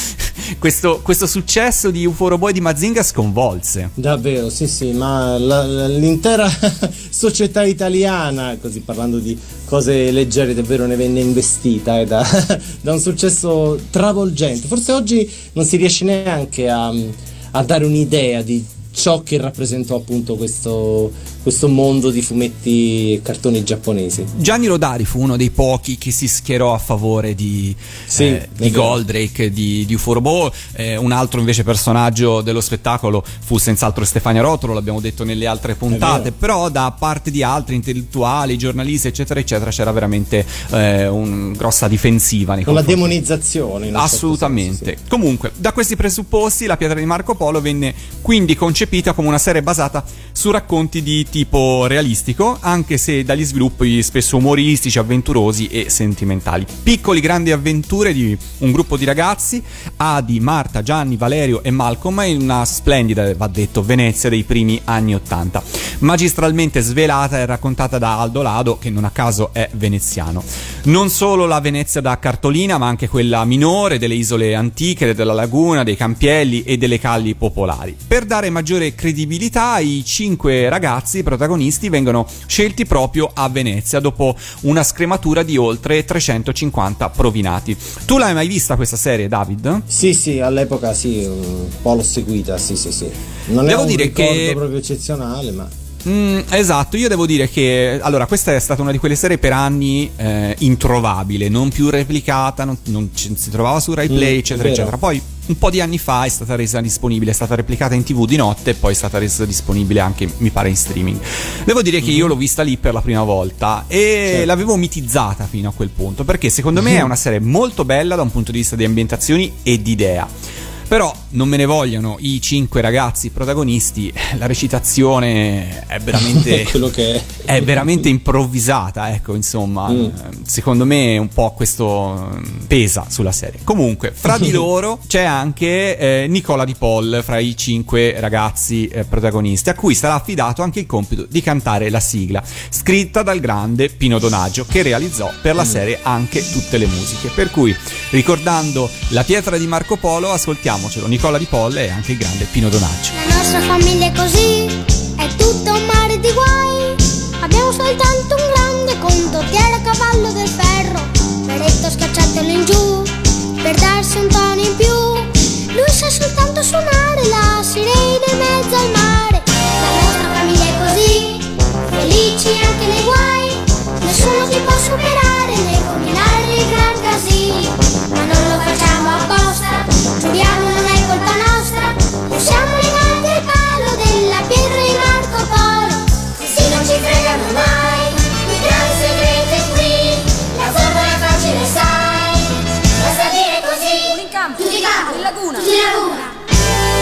questo, questo successo di U F O robot e di Mazinga sconvolse. Davvero, sì sì, ma la, la, l'intera società italiana, così parlando di cose leggere, davvero ne venne investita eh, da, da un successo travolgente. Forse oggi non si riesce neanche a, a dare un'idea di ciò che rappresentò appunto questo, questo mondo di fumetti e cartoni giapponesi. Gianni Rodari fu uno dei pochi che si schierò a favore di, sì, eh, di Goldrake, di, di U F O robot. Eh, un altro invece personaggio dello spettacolo fu senz'altro Stefania Rotolo, l'abbiamo detto nelle altre puntate, però da parte di altri intellettuali, giornalisti eccetera eccetera c'era veramente eh, una grossa difensiva nei una confronti. Demonizzazione in un assolutamente certo senso, sì. Comunque, da questi presupposti La pietra di Marco Polo venne quindi concepita come una serie basata su racconti di tipo realistico, anche se dagli sviluppi spesso umoristici, avventurosi e sentimentali. Piccoli grandi avventure di un gruppo di ragazzi, Adi, Marta, Gianni, Valerio e Malcolm, in una splendida, va detto, Venezia dei primi anni ottanta, magistralmente svelata e raccontata da Aldo Lado, che non a caso è veneziano. Non solo la Venezia da cartolina, ma anche quella minore, delle isole antiche, della laguna, dei campielli e delle calli popolari. Per dare maggiore credibilità, i cinque ragazzi protagonisti vengono scelti proprio a Venezia dopo una scrematura di oltre trecentocinquanta provinati. Tu l'hai mai vista questa serie, David? Sì, sì, all'epoca sì, un po' l'ho seguita, sì, sì, sì. Non Devo è un dire ricordo che proprio eccezionale, ma Mm, esatto, io devo dire che allora questa è stata una di quelle serie per anni eh, introvabile, non più replicata, non, non ci, si trovava su Rai Play, mm, eccetera eccetera. Poi un po' di anni fa è stata resa disponibile, è stata replicata in tv di notte e poi è stata resa disponibile anche, mi pare, in streaming. Devo dire che io l'ho vista lì per la prima volta e certo. l'avevo mitizzata fino a quel punto, perché secondo me è una serie molto bella da un punto di vista di ambientazioni e di idea. Però non me ne vogliono i cinque ragazzi protagonisti, la recitazione è veramente quello che è. è veramente improvvisata, ecco, insomma, mm. secondo me un po' questo pesa sulla serie. Comunque, fra di loro c'è anche eh, Nicola Di Paul fra i cinque ragazzi eh, protagonisti, a cui sarà affidato anche il compito di cantare la sigla, scritta dal grande Pino Donaggio, che realizzò per la serie anche tutte le musiche. Per cui, ricordando La pietra di Marco Polo, ascoltiamo Nicola Di Paul e anche il grande Pino Donaggio. La nostra famiglia è così, è tutto un mare di guai. Abbiamo soltanto un grande condottiero a cavallo del ferro, Beretto scacciatelo in giù per darsi un tono in più. Lui sa soltanto suonare la sirena in mezzo al mare. La nostra famiglia è così, felici anche nei guai. Nessuno si può superare né combinare i gran casini, ma non lo facciamo apposta, giuriamo non è colpa nostra. Siamo legati al palo della pietra di Marco Polo, così non ci fregano mai. Il grande segreto è qui, la formula è facile sai, basta dire così, tutti in campo, tutti in campo, in laguna, tutti in laguna.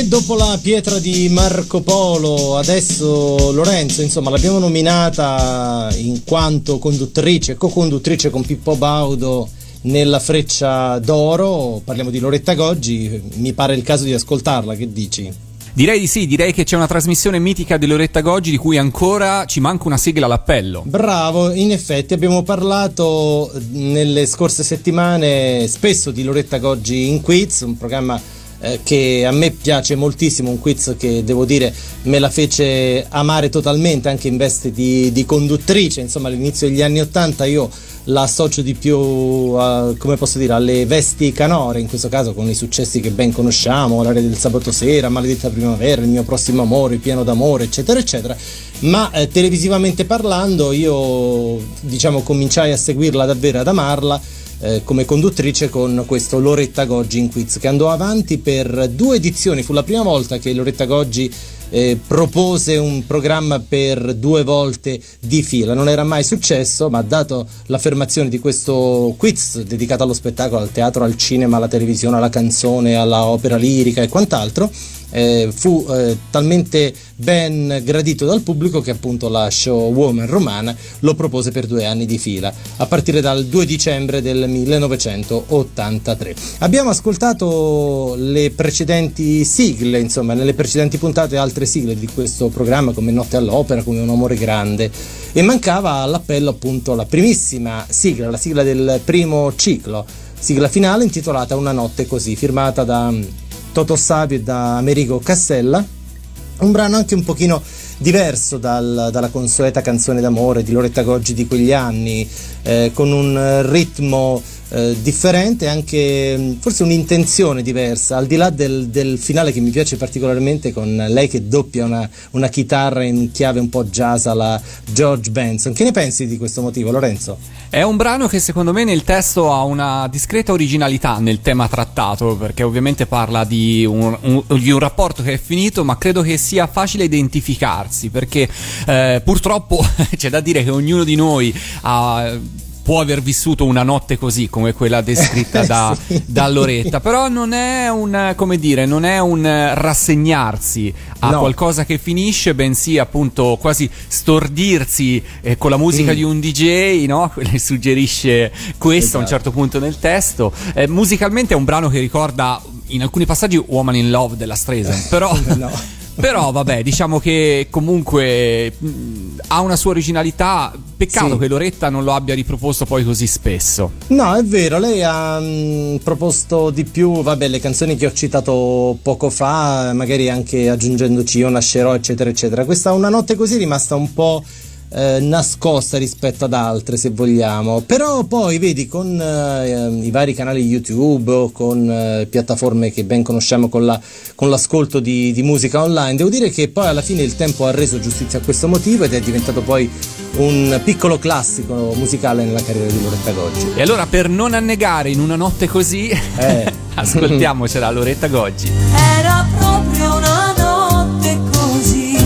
E dopo la pietra di Marco Polo, adesso Lorenzo, insomma, l'abbiamo nominata in quanto conduttrice, co-conduttrice con Pippo Baudo nella Freccia d'Oro. Parliamo di Loretta Goggi, mi pare il caso di ascoltarla, che dici? Direi di sì, direi che c'è una trasmissione mitica di Loretta Goggi di cui ancora ci manca una sigla all'appello. Bravo, in effetti abbiamo parlato nelle scorse settimane spesso di Loretta Goggi in Quiz, un programma eh, che a me piace moltissimo, un quiz che devo dire me la fece amare totalmente anche in veste di, di conduttrice. Insomma, all'inizio degli anni Ottanta io la associo di più a, come posso dire, alle vesti canore, in questo caso con i successi che ben conosciamo, L'area del sabato sera, Maledetta primavera, Il mio prossimo amore, Pieno d'amore, eccetera eccetera. Ma eh, televisivamente parlando io, diciamo, cominciai a seguirla davvero, ad amarla eh, come conduttrice con questo Loretta Goggi in Quiz, che andò avanti per due edizioni. Fu la prima volta che Loretta Goggi Eh, propose un programma per due volte di fila. Non era mai successo, ma dato l'affermazione di questo quiz dedicato allo spettacolo, al teatro, al cinema, alla televisione, alla canzone, alla opera lirica e quant'altro, eh, fu eh, talmente ben gradito dal pubblico che appunto la showwoman romana lo propose per due anni di fila, a partire dal due dicembre del millenovecentottantatré. Abbiamo ascoltato le precedenti sigle, insomma, nelle precedenti puntate altre sigle di questo programma, come Notte all'Opera, come Un amore grande, e mancava all'appello appunto la primissima sigla, la sigla del primo ciclo, sigla finale intitolata Una notte così, firmata da Totò Savio e da Amerigo Cassella. Un brano anche un pochino diverso dal, dalla consueta canzone d'amore di Loretta Goggi di quegli anni, eh, con un ritmo eh, differente, anche forse un'intenzione diversa, al di là del, del finale che mi piace particolarmente, con lei che doppia una, una chitarra in chiave un po' jazz alla George Benson. Che ne pensi di questo motivo, Lorenzo? È un brano che secondo me nel testo ha una discreta originalità nel tema trattato, perché ovviamente parla di un, un, di un rapporto che è finito, ma credo che sia facile identificarsi, perché eh, purtroppo c'è da dire che ognuno di noi ha... può aver vissuto una notte così come quella descritta da, sì. da Loretta, però non è un, come dire, non è un rassegnarsi a no. qualcosa che finisce, bensì appunto quasi stordirsi eh, con la musica mm. di un D J, no? Le suggerisce questo esatto. a un certo punto nel testo. Eh, musicalmente è un brano che ricorda in alcuni passaggi Woman in Love della Streisand, però no. Però vabbè, diciamo che comunque mh, ha una sua originalità. Peccato sì. che Loretta non lo abbia riproposto poi così spesso. No, è vero, lei ha mh, proposto di più, vabbè, le canzoni che ho citato poco fa, magari anche aggiungendoci Io nascerò, eccetera eccetera. Questa Una notte così è rimasta un po' Eh, nascosta rispetto ad altre, se vogliamo, però poi vedi con eh, i vari canali YouTube o con eh, piattaforme che ben conosciamo, con, la, con l'ascolto di, di musica online, devo dire che poi alla fine il tempo ha reso giustizia a questo motivo ed è diventato poi un piccolo classico musicale nella carriera di Loretta Goggi. E allora, per non annegare in Una notte così eh. ascoltiamocela Loretta Goggi. Era proprio una notte così,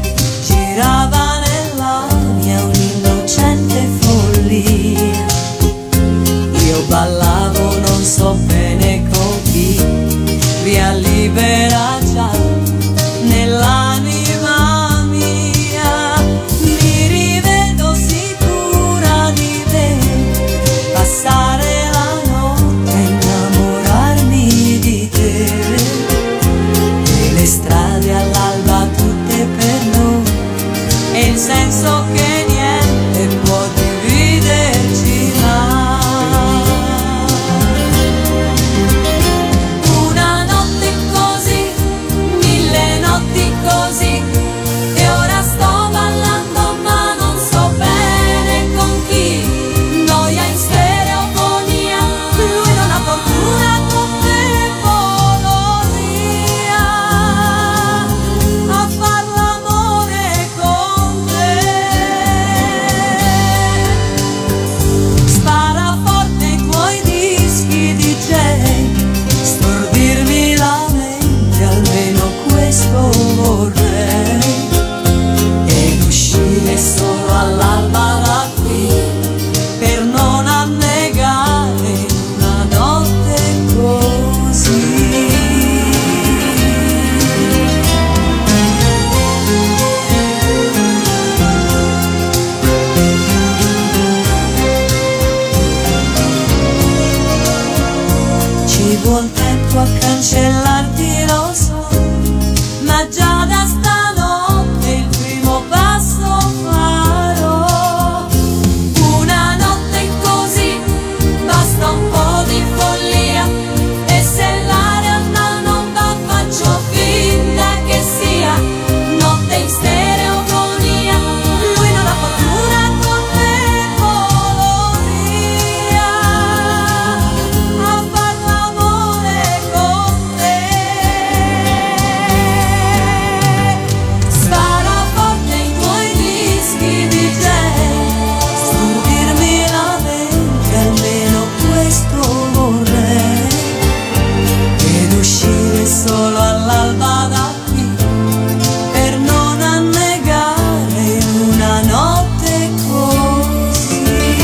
girava un'innocente follia. Io ballavo non so bene con chi, via libera già nell'anima mia. Mi rivedo sicura di te, passare la notte, innamorarmi di te. E le vuol tempo a cancellarti, lo so, ma già da stanotte il primo passo farò. Una notte così basta un po' di follia, e se la realtà non va faccio finta che sia notte in stereofonia. Lui non ha paura con me, volo via a far l'amore con te. Spara forte i tuoi dischi di jazz, stupirmi la mente, almeno questo vorrei, ed uscire solo all'alba da qui per non annegare in una notte così.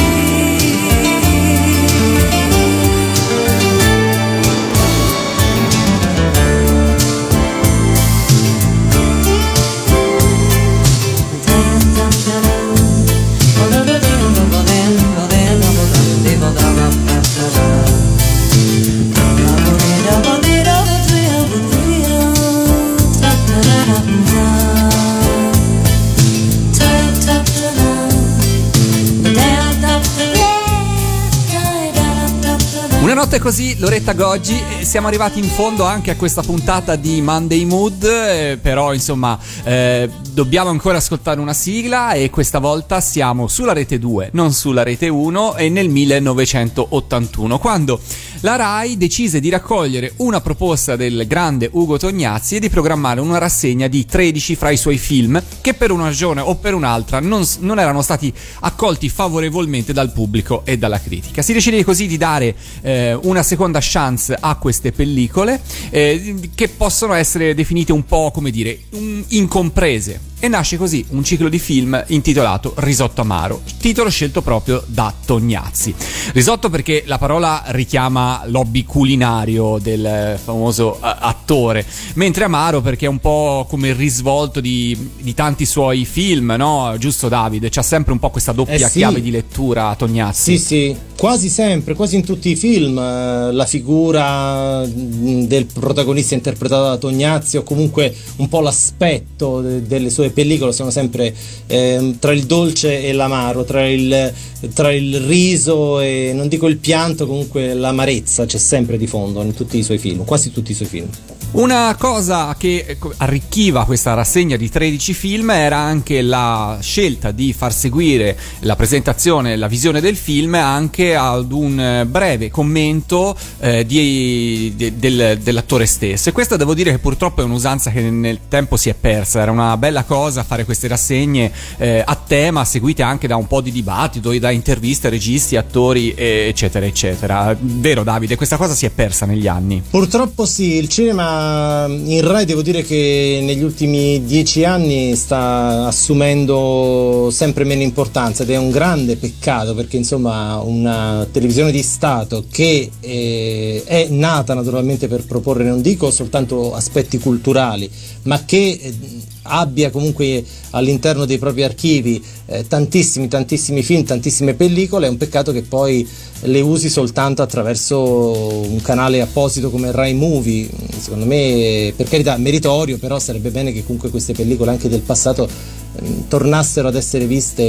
Una notte così, Loretta Goggi, e siamo arrivati in fondo anche a questa puntata di Monday Mood, eh, però insomma eh, dobbiamo ancora ascoltare una sigla, e questa volta siamo sulla rete due, non sulla rete uno, e nel millenovecentottantuno, quando la Rai decise di raccogliere una proposta del grande Ugo Tognazzi e di programmare una rassegna di tredici fra i suoi film che per una ragione o per un'altra non, non erano stati accolti favorevolmente dal pubblico e dalla critica. Si decide così di dare eh, una seconda chance a queste pellicole eh, che possono essere definite un po', come dire, un, incomprese, e nasce così un ciclo di film intitolato Risotto amaro, titolo scelto proprio da Tognazzi. Risotto perché la parola richiama l'hobby culinario del famoso uh, attore, mentre amaro perché è un po' come il risvolto di, di tanti suoi film, no? Giusto, Davide? C'ha sempre un po' questa doppia Eh sì. chiave di lettura Tognazzi. Sì, sì, quasi sempre, quasi in tutti i film, eh, la figura mh, del protagonista interpretato da Tognazzi, o comunque un po' l'aspetto de- delle sue pellicole, sono sempre eh, tra il dolce e l'amaro, tra il, tra il riso e, non dico il pianto, comunque l'amarezza c'è sempre di fondo in tutti i suoi film, quasi tutti i suoi film. Una cosa che arricchiva questa rassegna di tredici film era anche la scelta di far seguire la presentazione, la visione del film anche ad un breve commento eh, di, de, del, dell'attore stesso, e questa devo dire che purtroppo è un'usanza che nel tempo si è persa. Era una bella cosa fare queste rassegne eh, a tema, seguite anche da un po' di dibattito e da interviste a registi, attori eccetera eccetera. Vero, Davide? Questa cosa si è persa negli anni. Purtroppo sì, il cinema in Rai devo dire che negli ultimi dieci anni sta assumendo sempre meno importanza, ed è un grande peccato, perché insomma una televisione di Stato che eh, è nata naturalmente per proporre, non dico soltanto aspetti culturali, ma che eh, abbia comunque all'interno dei propri archivi eh, tantissimi tantissimi film, tantissime pellicole, è un peccato che poi le usi soltanto attraverso un canale apposito come Rai Movie. Secondo me, per carità, meritorio, però sarebbe bene che comunque queste pellicole anche del passato ehm, tornassero ad essere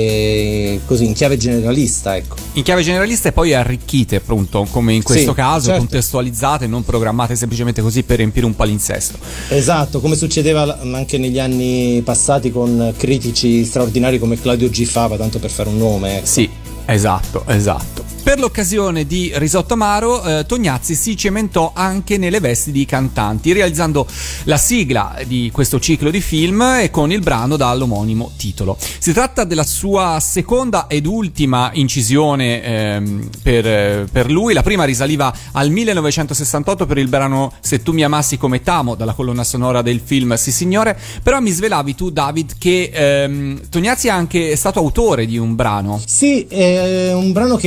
viste così in chiave generalista, ecco. In chiave generalista e poi arricchite, appunto, come in questo Sì, caso, certo. contestualizzate, non programmate semplicemente così per riempire un palinsesto. Esatto, come succedeva anche negli anni passati con critici straordinari come Claudio G. Fava, tanto per fare un nome, ecco. Sì, esatto, esatto. Per l'occasione di Risotto amaro, eh, Tognazzi si cementò anche nelle vesti di cantanti, realizzando la sigla di questo ciclo di film e con il brano dall'omonimo titolo. Si tratta della sua seconda ed ultima incisione ehm, per, per lui. La prima risaliva al millenovecentosessantotto per il brano Se tu mi amassi come t'amo, dalla colonna sonora del film Sì signore. Però mi svelavi tu, David, che ehm, Tognazzi è anche stato autore di un brano. Sì, è un brano che partecipò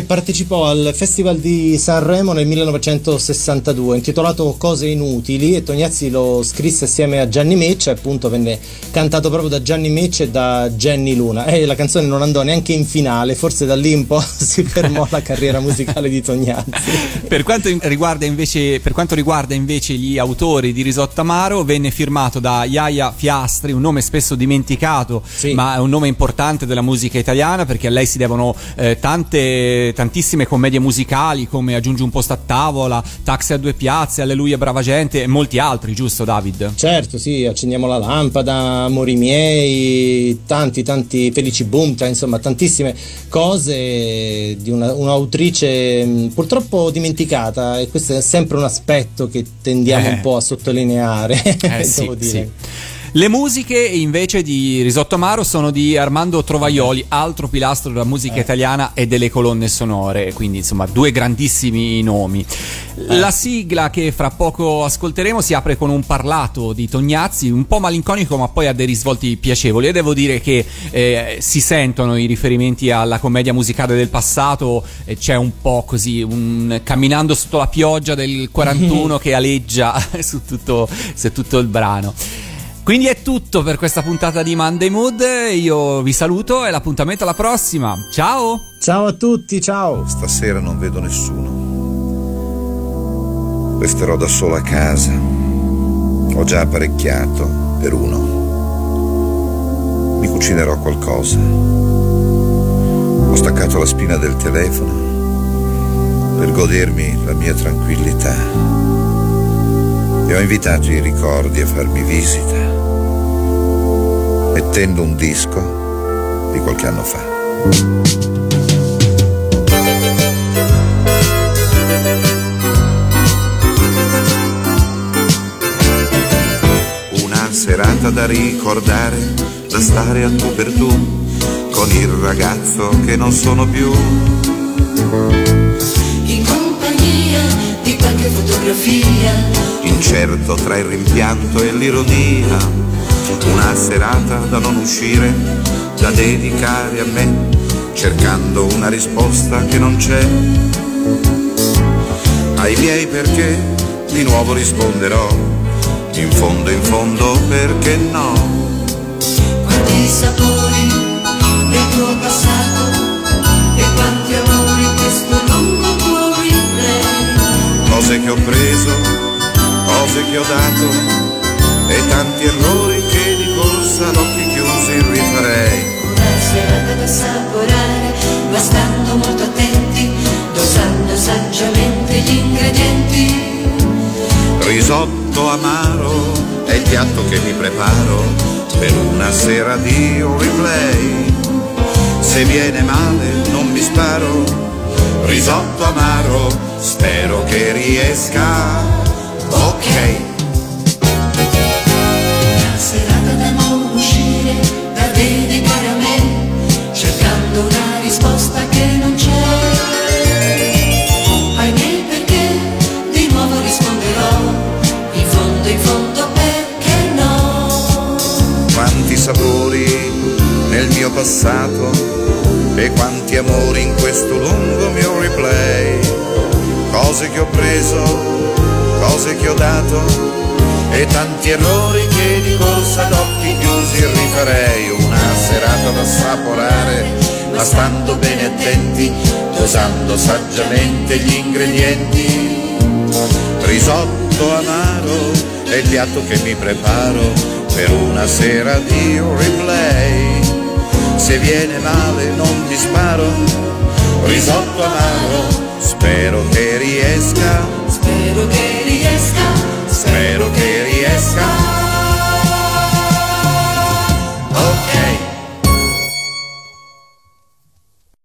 partecipò al Festival di Sanremo nel millenovecentosessantadue, intitolato Cose inutili, e Tognazzi lo scrisse assieme a Gianni Mecce, e appunto venne cantato proprio da Gianni Mecce e da Jenny Luna, e la canzone non andò neanche in finale, forse da lì un po' si fermò la carriera musicale di Tognazzi. Per quanto riguarda invece, per quanto riguarda invece gli autori di Risotto Amaro, venne firmato da Iaia Fiastri, un nome spesso dimenticato, Sì. ma è un nome importante della musica italiana, perché a lei si devono eh, tante tantissime commedie musicali come Aggiungi un posto a tavola, Taxi a due piazze, Alleluia brava gente e molti altri, giusto David? Certo, sì, Accendiamo la lampada, Amori miei, tanti tanti Felici Boom, tra- insomma tantissime cose di una, un'autrice mh, purtroppo dimenticata, e questo è sempre un aspetto che tendiamo Eh. un po' a sottolineare, Eh sì, devo dire. sì. Le musiche invece di Risotto Amaro sono di Armando Trovaioli, altro pilastro della musica italiana e delle colonne sonore, quindi insomma due grandissimi nomi. La sigla che fra poco ascolteremo si apre con un parlato di Tognazzi, un po' malinconico ma poi ha dei risvolti piacevoli, e devo dire che eh, si sentono i riferimenti alla commedia musicale del passato, e c'è un po' così un camminando sotto la pioggia del quarantuno che aleggia su tutto, su tutto il brano. Quindi è tutto per questa puntata di Monday Mood, io vi saluto e l'appuntamento alla prossima, ciao! Ciao a tutti, ciao! Stasera non vedo nessuno. Resterò da solo a casa. Ho già apparecchiato per uno. Mi cucinerò qualcosa. Ho staccato la spina del telefono per godermi la mia tranquillità. E ho invitato i ricordi a farmi visita, mettendo un disco di qualche anno fa. Una serata da ricordare, da stare a tu per tu, con il ragazzo che non sono più. In compagnia di qualche fotografia, Incerto tra il rimpianto e l'ironia, una serata da non uscire, da dedicare a me, cercando una risposta che non c'è. Ai miei perché di nuovo risponderò, in fondo in fondo perché no. quanti sapori del tuo passato e quanti amori questo lungo tuo replay. Cose che ho preso, cose che ho dato, e tanti errori che di corsa ad occhi chiusi rifarei. Una serata da assaporare, ma stando molto attenti, dosando saggiamente gli ingredienti. Risotto amaro è il piatto che mi preparo per una sera di replay. Se viene male non mi sparo, risotto amaro, spero che riesca. Ok. Una serata da non uscire, da dedicare a me, cercando una risposta che non c'è. Ai miei perché di nuovo risponderò, in fondo in fondo perché no. Quanti sapori nel mio passato e quanti amori in questo lungo mio replay. Cose che ho preso, cose che ho dato, e tanti errori che di corsa ad occhi chiusi rifarei. Una serata da assaporare, ma stando bene attenti, dosando saggiamente gli ingredienti. Risotto amaro è il piatto che mi preparo per una sera di replay. Se viene male non mi sparo, risotto amaro, spero che riesca. Spero che